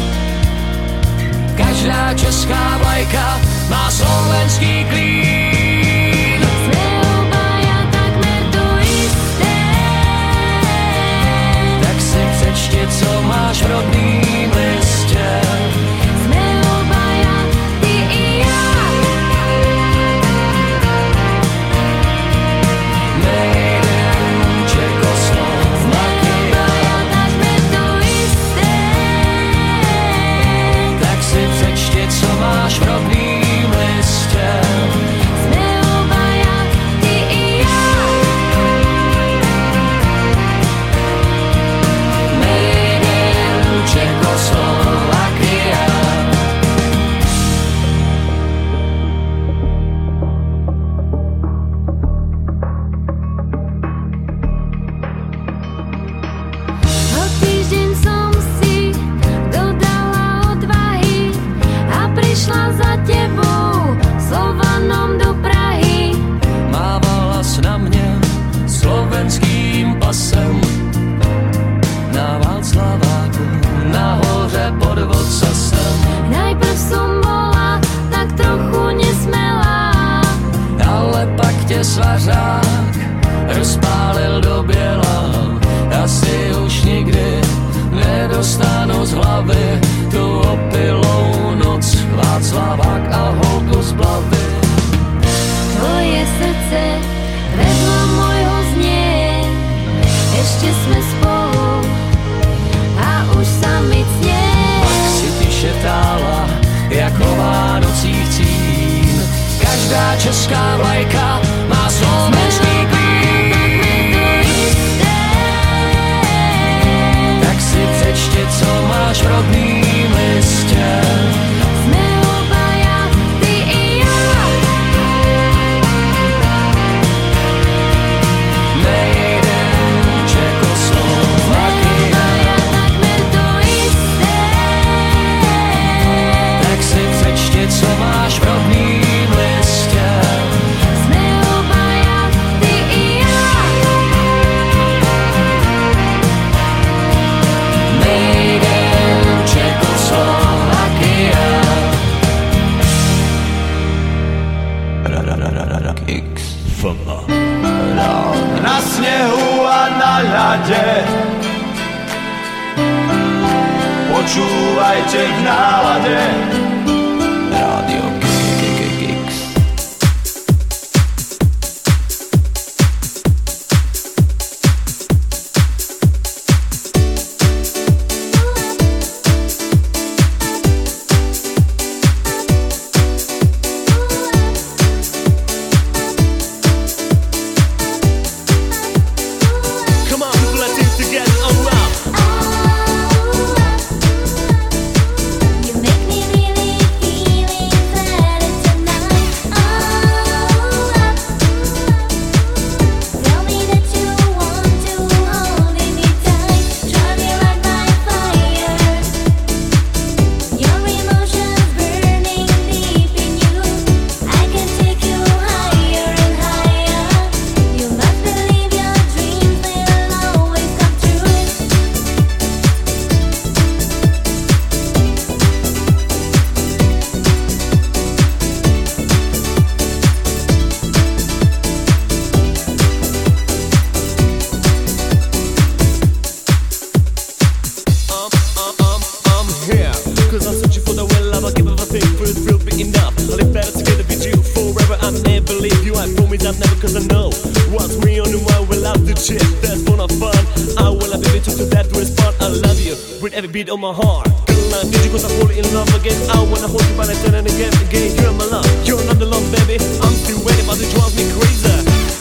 Každá česká vlajka má slovenský klín. Sme obaja takmer to isté. Tak si přečti, co máš v rodným listě. Sme obaja, ty i ja. Made in Čekoslovakia. Takmer to isté. Tak si přečti, co máš v rodným listě. jako Vánocích cín. Každá česká vlajka má slovenský klín. Tak si přečti, co máš v rodným listě. Jsme obaja, ty i já. Made in Čekoslovakia. Takmer to isté. Tak si přečti, co máš v rodným listě. Jsme obaja, ty i já. Made in Čekoslovakia. X Na snehu a na ľade počúvajte v nálade Rádio Kix. Come on, people, let's sing together. Oh, wow. You make me really feel excited tonight. Tell me that you want to hold me tight. Try me like my fire. Your emotions burning deep in you. I can take you higher and higher. You must believe your dreams will always come true. I'm here, cause I'm searching for the well love. I give everything for the thrill be enough. I live better together with you forever. I never leave you. I promise I'll never, cause I know what's me on the one will love to chip. That's fun of fun. I will have a bit to that to respond. I love you with every beat on my heart. Girl, I need you cause I fall in love again. I wanna hold you by the turn and again. You're my love, you're not the love, baby. I'm still waiting, but it drives me crazy.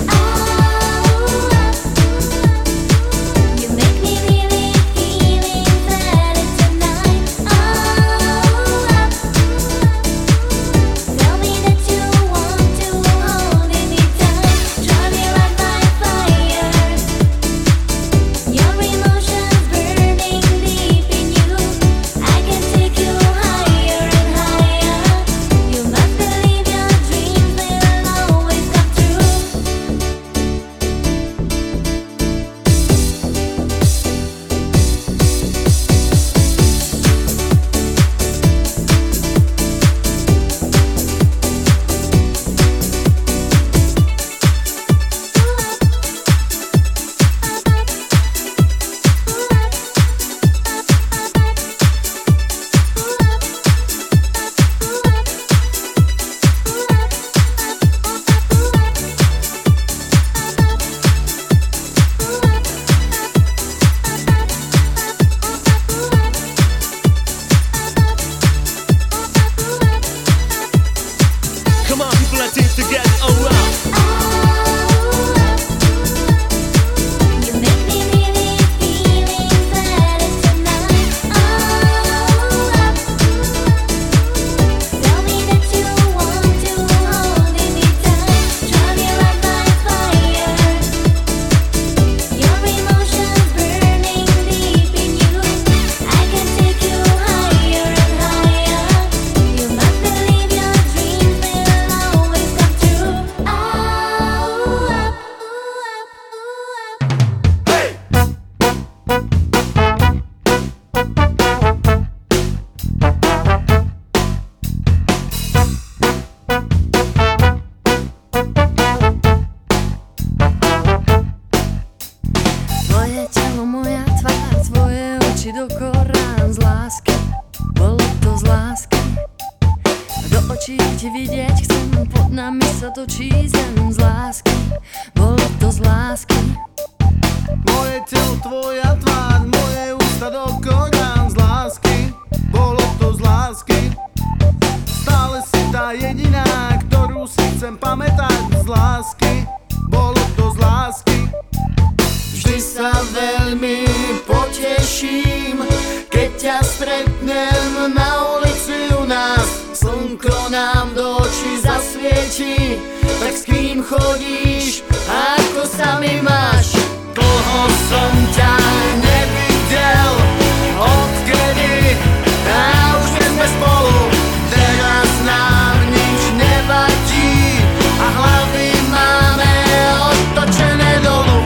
You make me really feel excited tonight. Tell me that you want to hold me tight. Try me like my fire. Your emotions burning deep in you. I can take you higher and higher. You must believe your dreams will always come true. Come on, people, let's sing together. Oh, wow. You make me really feel excited tonight. Tell me that you want to hold me tight. Try me like my fire. Your emotions burning deep in you. I can take you higher and higher. You must believe your dreams will always come true. Tvoje telo, moja tvár, tvoje oči do korán z lásky. Bolo to z lásky. Do očí ti vidieť chcem, pod nami sa točí zem z lásky. Bolo to z lásky. Moje telo, tvoja tvár, moje ústa do korán z lásky. Bolo to z lásky. tá jediná, ktorú si chcem pamätať z lásky. Bolo to z lásky. Vždy sa veľmi poteším, keď ťa stretnem na ulici u nás. Slnko nám do očí zasvieti, tak s kým chodíš, ako sa mi máš? Dlho som ťa nevidel, odkedy a už nie sme spolu. Teraz nám nič nevadí a hlavy máme otočené dolu.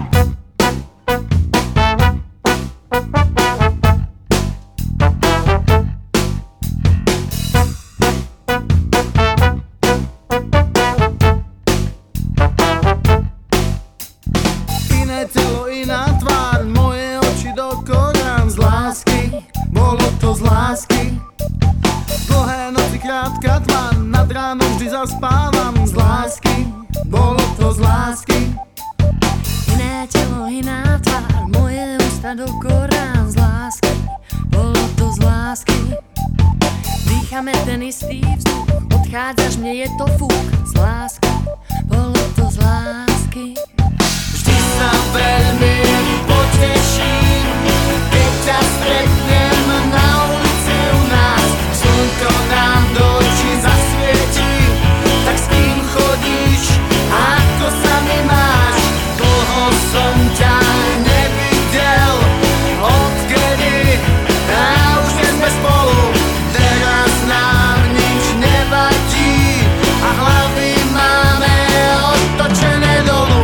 Iné telo, iná tvár, moje oči do korán z lásky. Bolo to z lásky. Dlhé noci, krátka tma, nad ránom vždy zaspávam z lásky. Bolo to z lásky. Iné telo, iná tvár, moje ústa do korán z lásky. Bolo to z lásky. Dýchame ten istý vzduch, odchádzaš, mne je to fúk z lásky. Bolo to z lásky. Vždy sa veľmi poteším, keď ťa stretnem na ulici u nás. Slnko nám do očí zasvieti, tak s kým chodíš, ako sa mi máš? Dlho som ťa nevidel, odkedy a už nie sme spolu. Teraz nám nič nevadí a hlavy máme otočené dolu.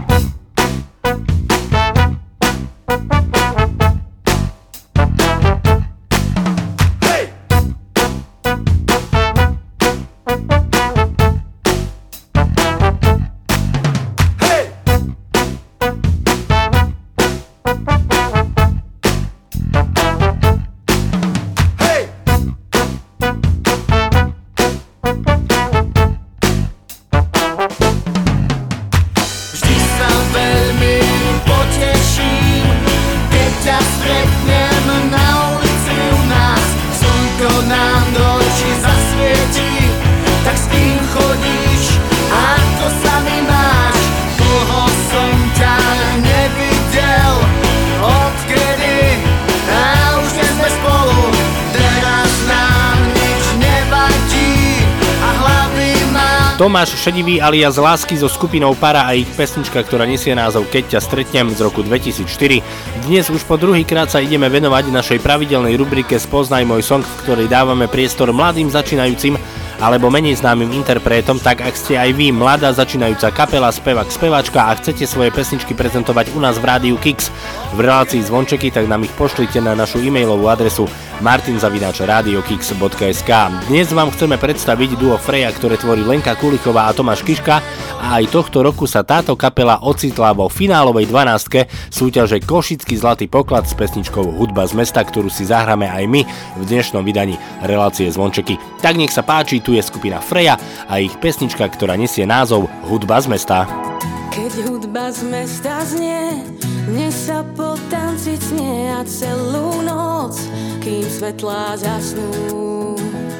Tomáš Šedivý alias Lásky so skupinou Para a ich pesnička, ktorá nesie názov Keď ťa stretnem z roku 2004. Dnes už po druhýkrát sa ideme venovať našej pravidelnej rubrike Spoznaj môj song, v ktorej dávame priestor mladým začínajúcim alebo menej známym interpretom, tak ak ste aj vy mladá začínajúca kapela, spevák, speváčka a chcete svoje pesničky prezentovať u nás v Rádiu Kix v relácii Zvončeky, tak nám ich pošlite na našu e-mailovú adresu martin@radiokix.sk. Dnes vám chceme predstaviť duo Freja, ktoré tvorí Lenka Kulichová a Tomáš Kiška, a aj tohto roku sa táto kapela ocitla vo finálovej 12 súťaže Košický zlatý poklad s pesničkou Hudba z mesta, ktorú si zahráme aj my v dnešnom vydaní relácie Zvončeky. Tak nech sa páči, tu je skupina Freja a ich pesnička, ktorá nesie názov Hudba z mesta. Keď hudba z mesta znie, mne sa po tanci cnie a celú noc, kým svetlá zasnú.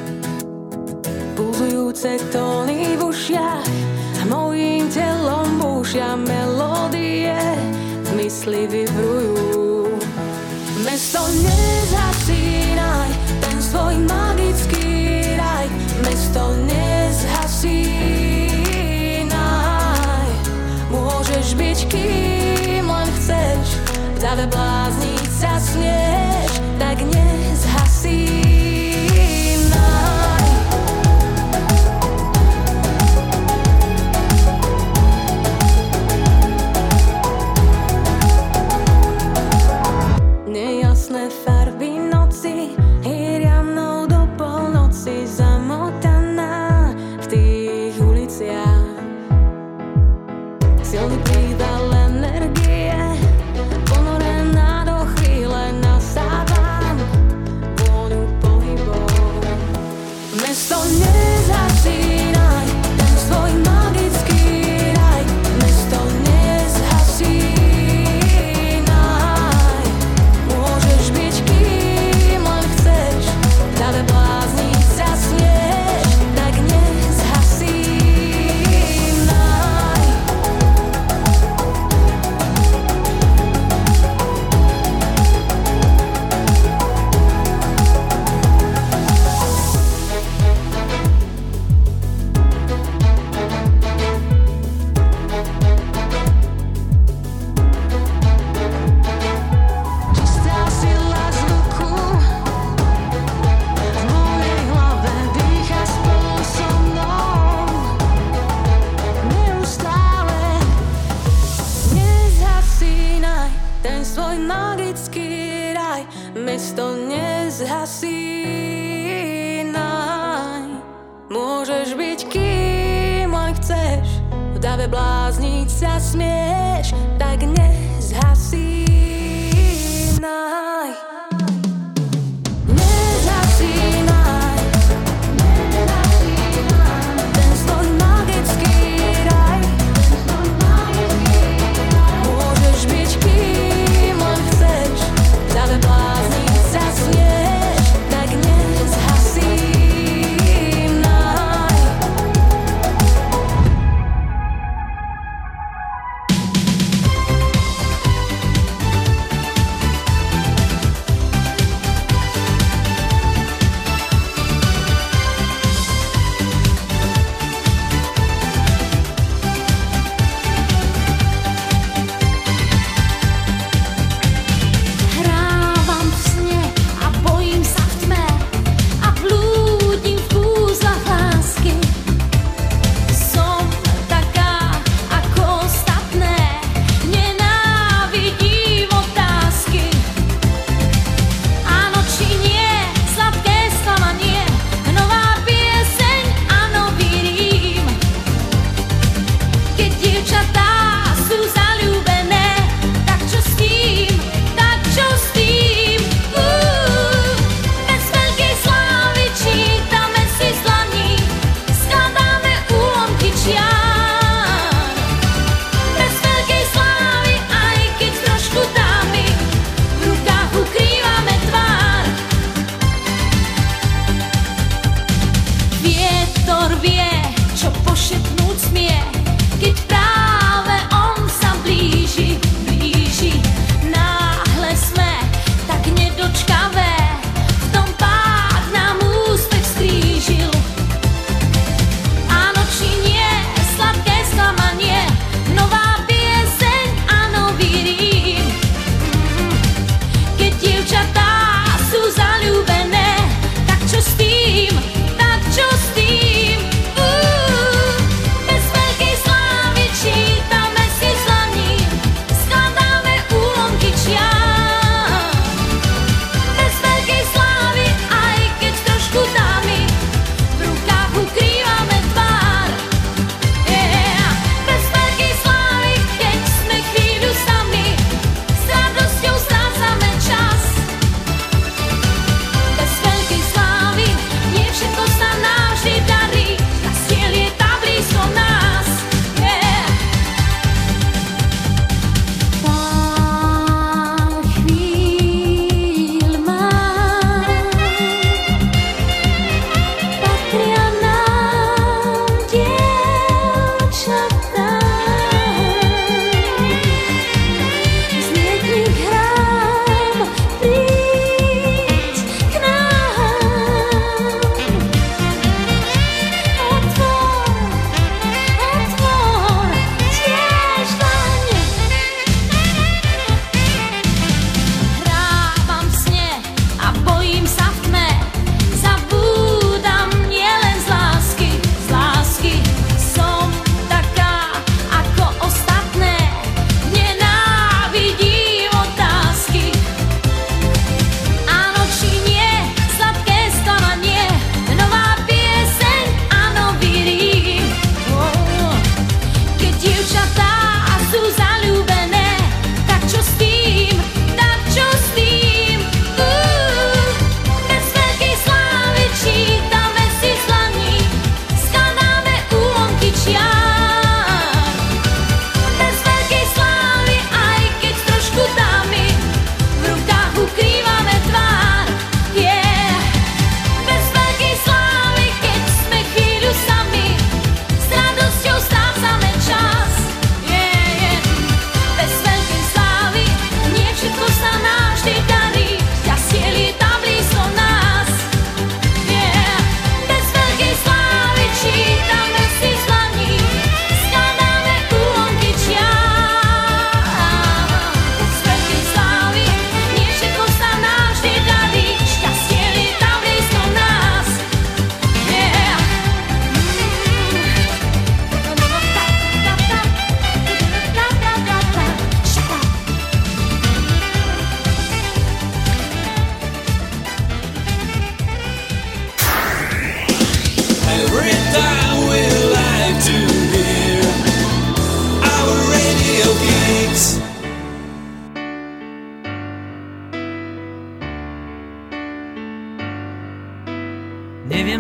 Pulzujúce tóny v ušiach a mojím telom búšia melódie, v mysli vibrujú. Mesto nezasínaj, ten svoj magický raj, mesto nezhasínaj. Môžeš byť kým len chceš, v dave blázniť sa smieš, tak nezhasínaj. Nejasné farby noci, hýria mnou do polnoci, zamotaná v tých uliciach. Silný prídal energie, ponorená do chvíle, nasávam vôňu pohybov. Mesto nezasínaj, ten svoj magický raj, mesto nezhasínaj. Môžeš byť kým len chceš, v dave blázniť sa smieš, tak v dave blázniť sa smieš, tak nezhasínaj. Nezhasínaj ten svoj magický raj. Môžeš byť kým len chceš, v dave blázniť sa smieš, tak nezhasínaj.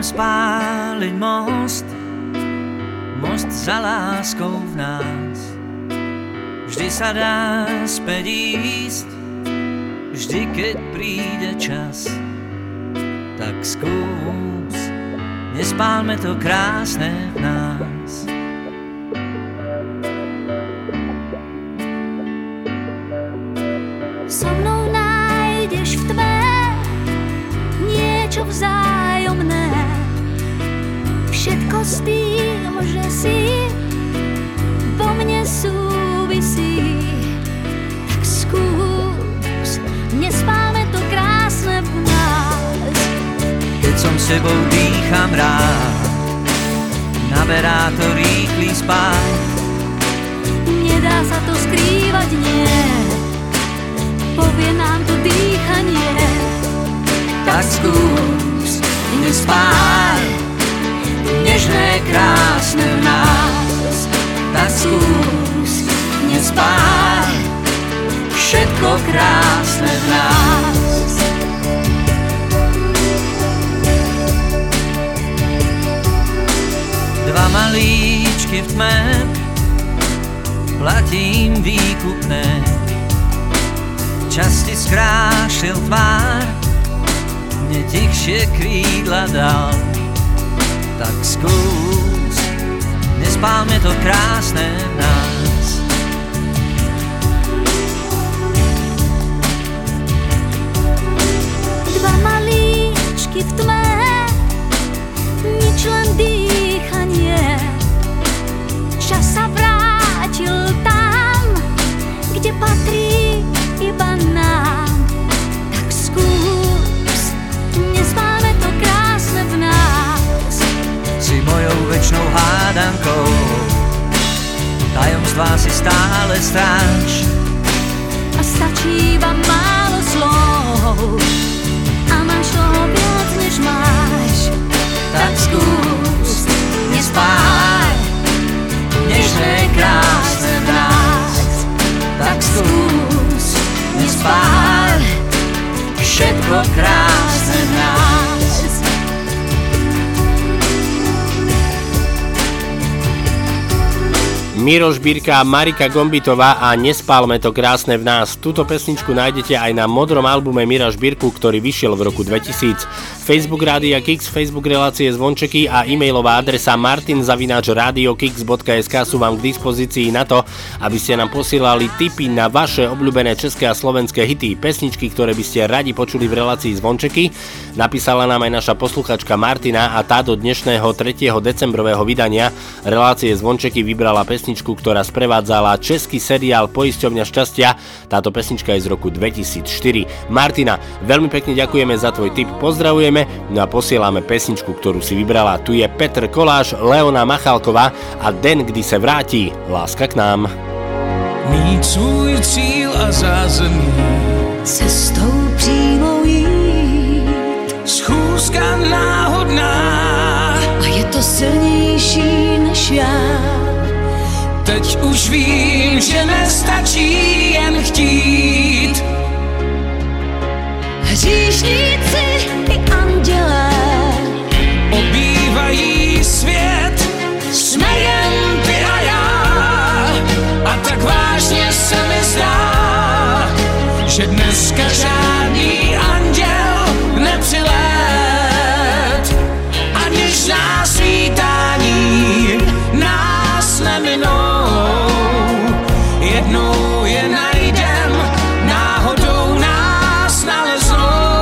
spáliť most za láskou v nás. Vždy sa dá späť ísť, vždy keď príde čas. Tak skús, nespálme to krásne v nás. So mnou nájdeš v tme niečo vzájomné, všetko s tým, že si vo mne súvisí. Tak skús, nespálme to krásne v nás. Keď som s tebou dýcham rád, naberá to rýchly spád. Nedá sa to skrývať, nie, povie nám to dýchanie. Tak skús, nespáľ nežné, krásne v nás. Tak skús, nespáľ všetko krásne v nás. Dva malíčky v tme, platím výkupné. Čas ti skrášil tvár, mne tichšie krídla dal. Tak skús, nespálme to krásne v nás. Dva malíčky v tme, nič len dýchanie. Čas sa vrátil tam, kde patrí iba nám. Tak skús, nespálme to krásne v nás. Si mojou večnou hádankou, tajomstvá si stále stráž. A stačí iba málo slov, a máš toho viac než máš. Tak skús, nespáľ nežné, krásne v nás. Tak skús, nespáľ všetko krásne v nás. Miroš Birka a Marika Gombitová a Nespálme to krásne v nás. Túto pesničku nájdete aj na modrom albume Mira Žbírku, ktorý vyšiel v roku 2000. Facebook Rádia Kix, Facebook relácie Zvončeky a e-mailová adresa martin@radiokix.sk sú vám k dispozícii na to, aby ste nám posielali tipy na vaše obľúbené české a slovenské hity, pesničky, ktoré by ste radi počuli v relácii Zvončeky. Napísala nám aj naša posluchačka Martina a tá do dnešného 3. decembrového vydania relácie Zvončeky vybrala pesničku, ktorá sprevádzala český seriál Poisťovňa šťastia. Táto pesnička je z roku 2004. Martina, veľmi pekne ďakujeme za tvoj tip, pozdravujeme, no a posielame pesničku, ktorú si vybrala. Tu je Petr Koláš, Leona Machalková a Den, kdy se vrátí láska k nám. Mít svůj cíl a zázemí, cestou přímou jít, schůzka náhodná, a je to silnější než já. Teď už vím, že nestačí jen chtít. Hříšníci i andělé obývají svět, jsme jen ty a já. A tak vážně se mi zdá, že dneska žádný anděl nepřilet. A když nás svítání nás neminou, jednou je najdem, náhodou nás naleznou.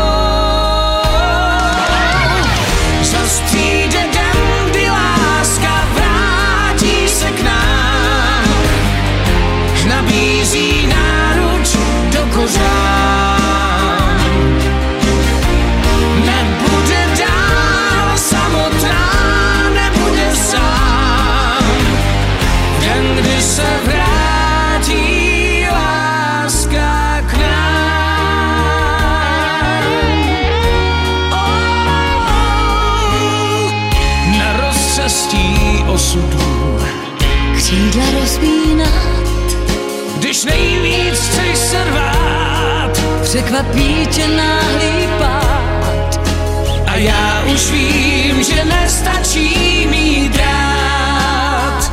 Zas přijde den, kdy láska vrátí se k nám, nabízí náruč do kořán. Nebude dál samotná, nebude sám, den, kdy se vrátí láska k nám. Na rozcestí osudu křídla rozpínat, když nejvíc chceš se rvát, překvapí tě náhlý pád. a A já už vím, že nestačí mít rád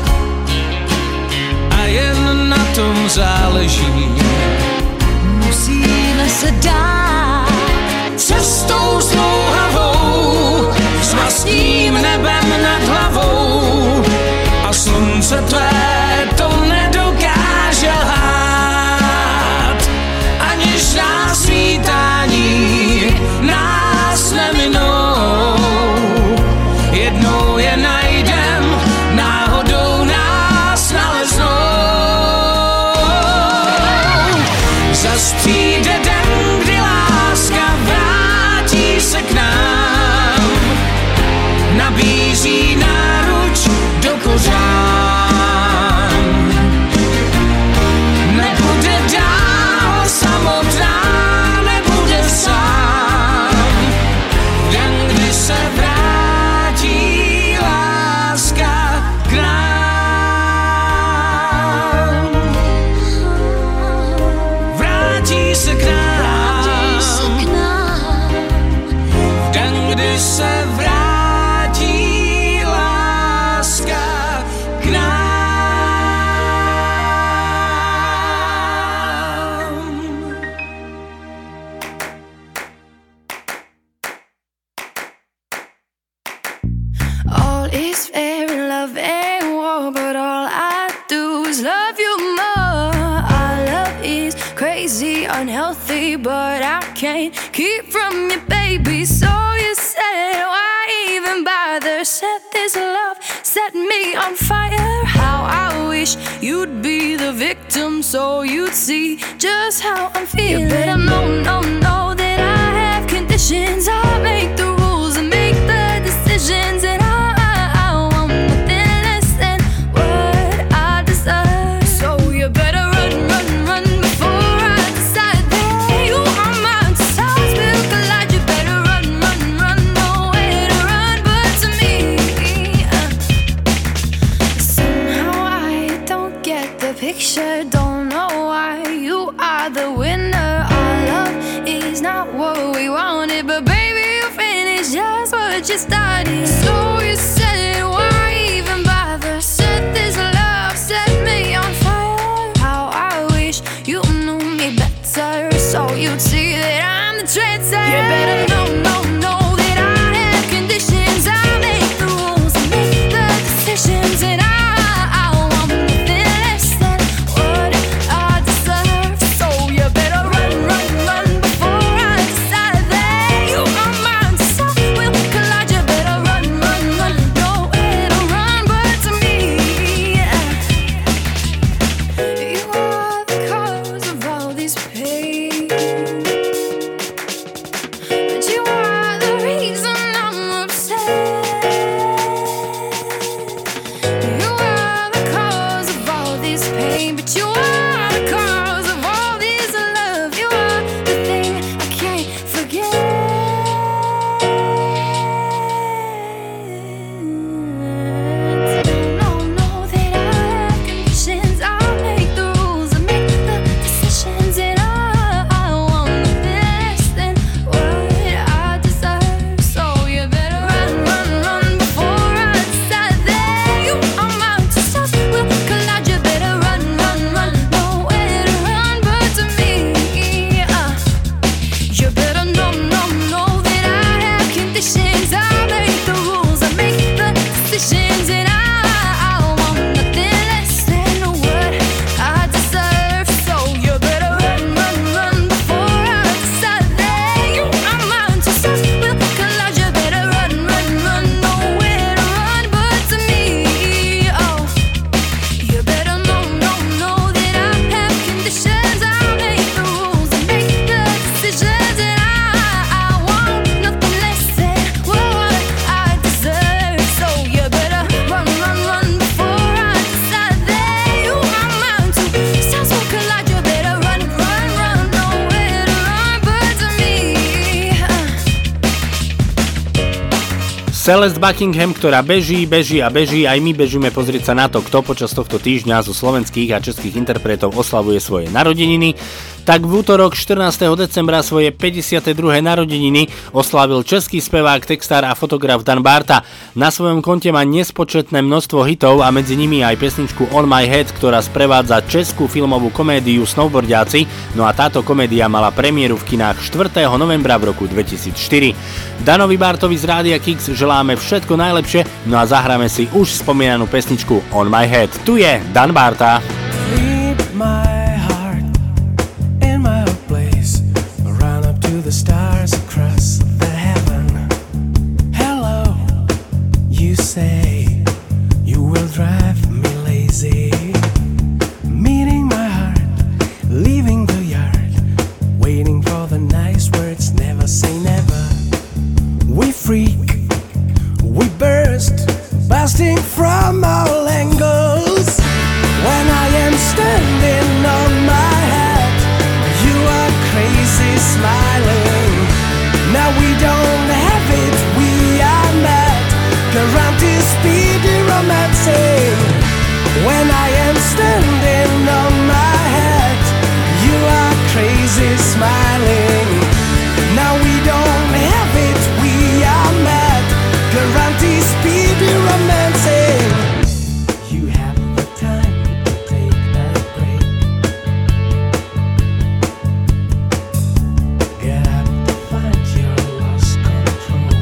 a jen na tom záleží. Musíme se dát cestou zdlouhavou, s vlastním nebem nad hlavou a slunce tvé to nedokáže lhát, aniž nás svítání nás neminou. Jednou je najdem, náhodou nás naleznou. Zas přijde den, kdy láska vrátí se k nám, nabízí náruč do kořán. Nebude dál samotná, nebude sám, den, kdy se vrátí láska k nám. Vrátí se k nám, den, kdy se vrátí láska k nám. All is fair in love and war, but all I do is love you more. Our love is crazy, unhealthy, but I can't keep from you, baby. So you said, why even bother? Said this love set me on fire. How I wish you'd be the victim, so you'd see just how I'm feeling. You better know that I have conditions. I make the rules and make the decisions, and I want nothing less than what I deserve. So you better run before I decide that you are mine. Stars will collide. You better run, nowhere to run but to me. Somehow I don't get the picture, don't know why you are the winner. Our love is not what we wanted, but baby, you finished just what you started. So you said, why even bother? Said this love set me on fire. How I wish you knew me better, so you'd see that I'm the trendsetter. You better know that I have conditions. I make the rules and make the decisions, and I want nothing less than what I deserve. So you better run before I decide that you are mine. So we'll collide. You better run, nowhere to run but to me. You are the cause of all this pain, but you are the reason I'm upset. You are the cause of all this pain, but you are the cause of all this love. You are the thing I can't forget. Know that I have conditions. I'll make the rules and make the decisions, and I want nothing less than what I deserve. So you better run before I decide that you are mine. Two stars will collide. You better run, nowhere to run but to me. You better know that I have conditions. I make the rules, I make the decisions, and I want nothing less than what I deserve. So you better run before I decide that you are mine. Two stars will collide. You better run, nowhere to run but to me. You better know that I have conditions. I make the rules and make the decisions, and I want nothing less than what I deserve. So you better run before I decide that you are mine. Two stars will collide. You better run, nowhere to run but to me. Celeste Buckingham, ktorá beží, aj my bežíme pozrieť sa na to, kto počas tohto týždňa zo slovenských a českých interpretov oslavuje svoje narodeniny. Tak v útorok 14. decembra svoje 52. narodeniny oslávil český spevák, textár a fotograf Dan Bárta. Na svojom konte má nespočetné množstvo hitov a medzi nimi aj pesničku On My Head, ktorá sprevádza českú filmovú komédiu Snowboardiaci, no a táto komédia mala premiéru v kinách 4. novembra v roku 2004. Danovi Bártovi z Rádia Kix želáme všetko najlepšie, no a zahráme si už spomínanú pesničku On My Head. Tu je Dan Bárta. Stars across the heaven. Hello, you say you will drive me lazy. Meeting my heart, leaving the yard, waiting for the nice words, never say never. We freak, we burst, busting from all angles. When I am standing on my head, you are crazy smiling. Now we don't have it, we are mad. Guaranteed speedy romancing. When I am standing on my head, you are crazy smiling. Now we don't have it, we are mad. Guaranteed speedy romancing. You have the time to take a break. Get up to find your lost control.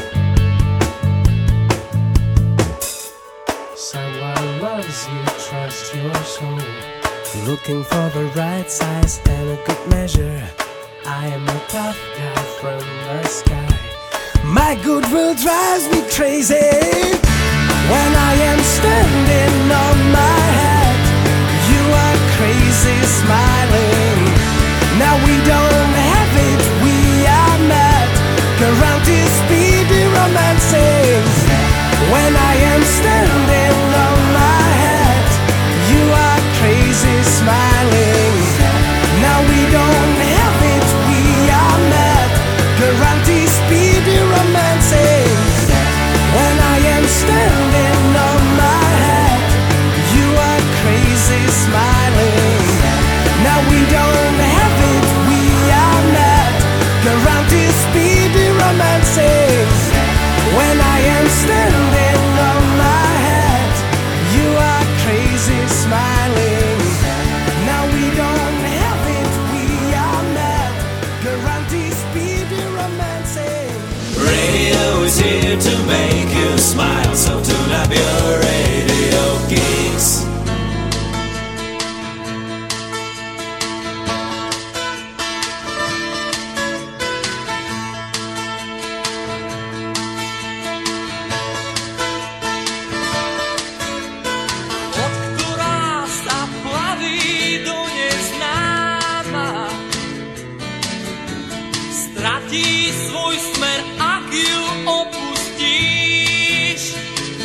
Someone loves you, trust your soul. Looking for the right size and a good measure. I am a tough guy from the sky. My goodwill drives me crazy. When I am standing on my head, you are crazy smiling. Now we don't have it, we are mad. Guaranteed speedy romancing. When I am standing on my head, you are crazy smiling. Now we don't have it, we are mad. Guaranteed speedy romancing. When I am standing on my head, you are crazy smiling. Now we don't have it, we are mad. Guaranteed speedy romancing. When I am standing on my head, you are crazy smiling. Now we don't have it, we are mad. Guaranteed speedy romancing. Radio is here to make you smile, so tune up your Radio Kicks. Odktorá sa plaví do neznáma, stratí svoj smer, ak ju opustíš.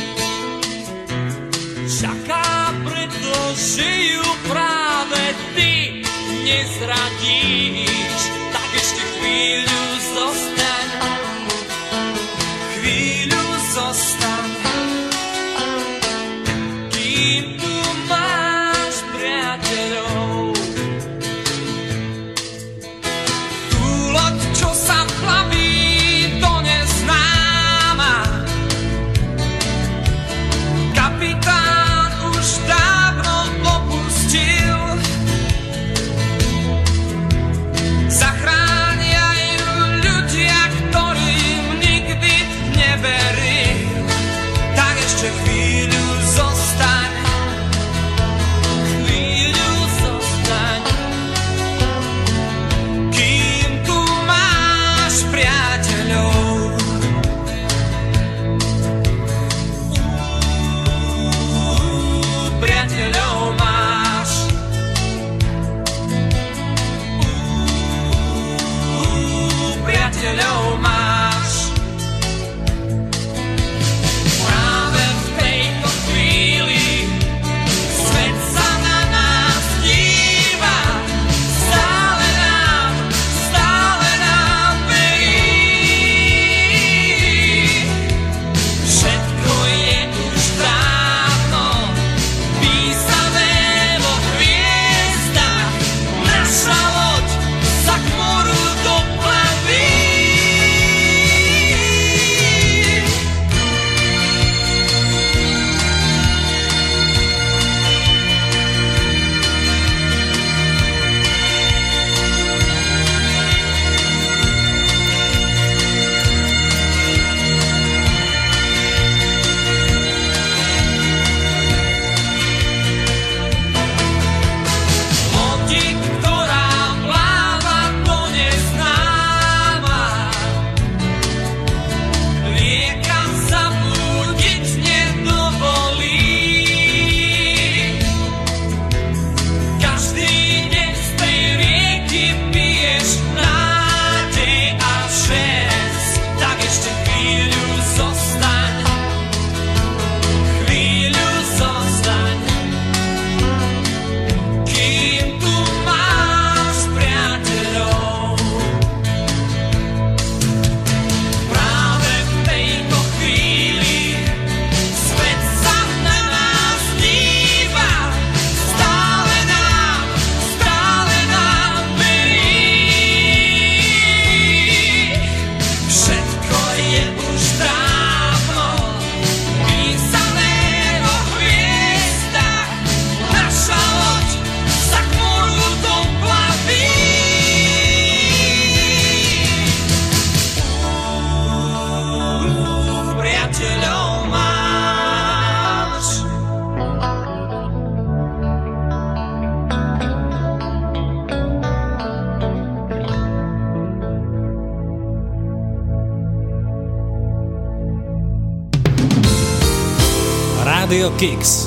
Radio Kicks.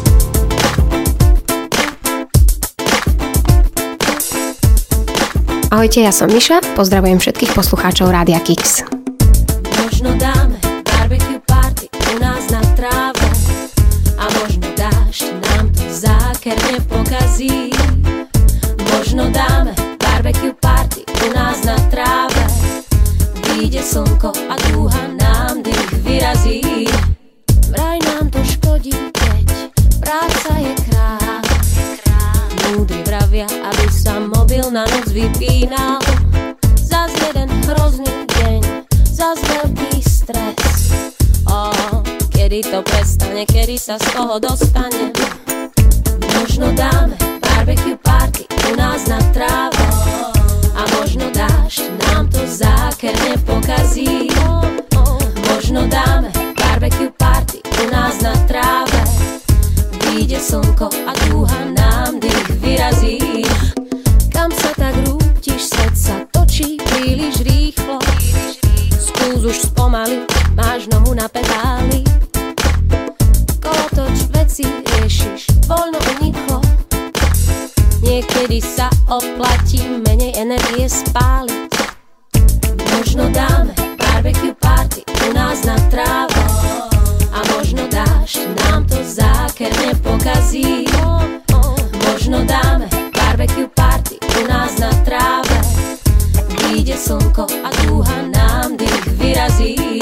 Ahojte, ja som Miša, pozdravujem všetkých poslucháčov Rádia Kicks. Možno dáme barbecue party u nás na tráve a možno dážď nám to zákerne pokazí. Možno dáme barbecue party u nás na tráve, vyjde slnko a dúha nám dých vyrazí. Vraj nám to škodí, keď práca je král. Múdri vravia, aby sa mobil na noc vypínal. Zas jeden hrozný deň, zas veľký stres. Kedy to prestane, kedy sa z toho dostane. Možno dáme barbecue party u nás na tráve a možno dážď nám to zákerne pokazí. Možno dáme barbecue party u nás na tráve, vyjde slnko a dúha nám dých vyrazí. Kam sa tak rútiš, svet sa točí príliš rýchlo. Skús už spomali, máš nohu na pedáli. Kolotoč veci riešiš voľno uniklo. Niekedy sa oplatí menej energie spáliť. Možno dáme barbecue party u nás na tráve a možno dážď nám to zákerne pokazí. Možno dáme barbecue party u nás na tráve, vyjde slnko a dúha nám dých vyrazí.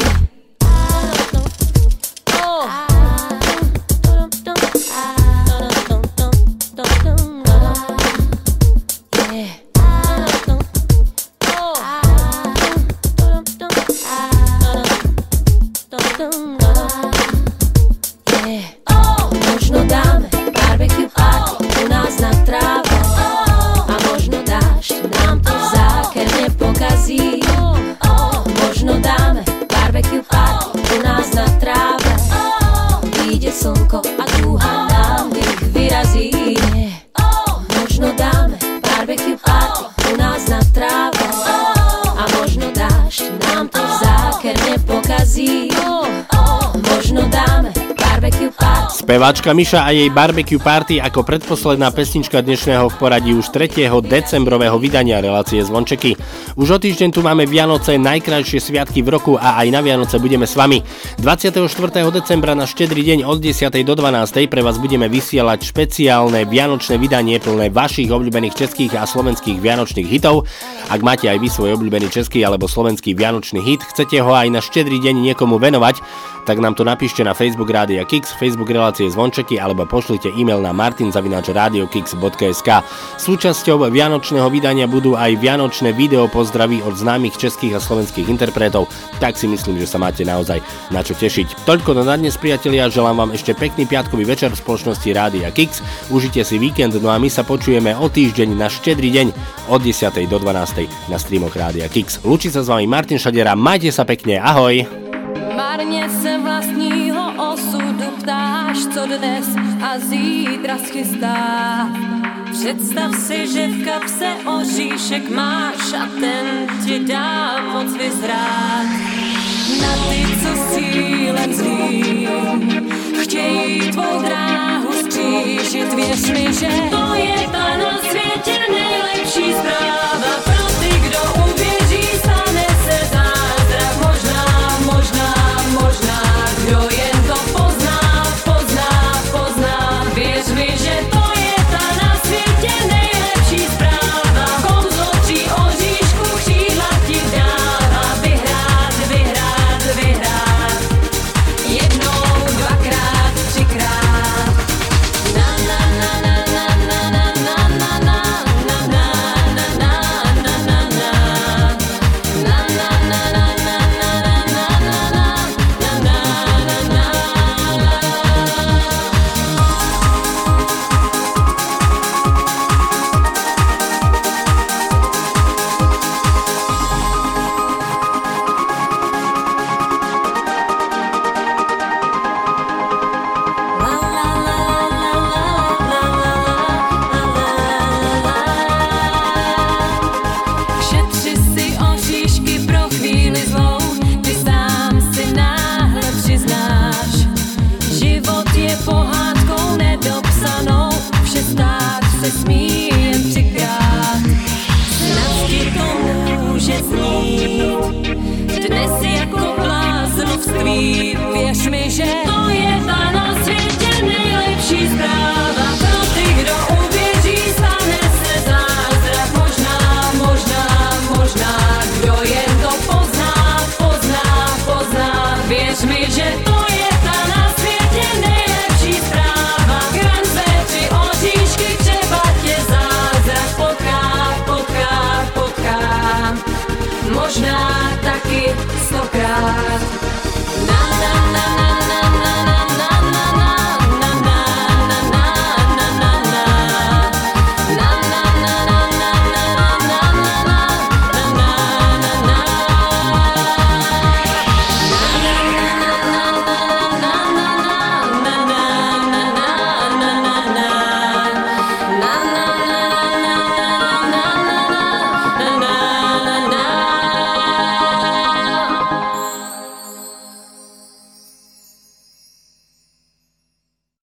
Možno dáme barbecue party u nás na tráve a možno dážď nám to zákerne pokazí. Možno dáme barbecue party u nás na tráve, vyjde slnko a dúha nám dých vyrazí. Možno dáme barbecue party u nás na tráve a možno dážď nám to zákerne pokazí. Možno dáme barbecue party. Speváčka Miša a jej barbecue party ako predposledná pesnička dnešného v poradí už 3. decembrového vydania relácie Zvončeky. Už o týždeň tu máme Vianoce, najkrajšie sviatky v roku a aj na Vianoce budeme s vami. 24. decembra na štedrý deň od 10. do 12. pre vás budeme vysielať špeciálne vianočné vydanie plné vašich obľúbených českých a slovenských vianočných hitov. Ak máte aj vy svoj obľúbený český alebo slovenský vianočný hit, chcete ho aj na štedrý deň niekomu venovať, tak nám to napíšte na Facebook Rádia Kicks, Facebook relácie Zvončeky alebo pošlite e-mail na martin@radiokicks.sk. Súčasťou vianočného vydania budú aj vianočné video pozdraví od známych českých a slovenských interpretov, tak si myslím, že sa máte naozaj na čo tešiť. Toľko na dnes, priatelia, želám vám ešte pekný piatkový večer v spoločnosti Rádia Kicks. Užite si víkend, no a my sa počujeme o týždeň na štedrý deň od 10. do 12. na streamoch Rádia Kicks. Lúči sa s vami Martin Šadera, majte sa pekne, ahoj! Marně se vlastního osudu ptáš, co dnes a zítra schystá. Představ si, že v kapse oříšek máš a ten ti dá moc vyzrát. Na ty, co s cílem zlý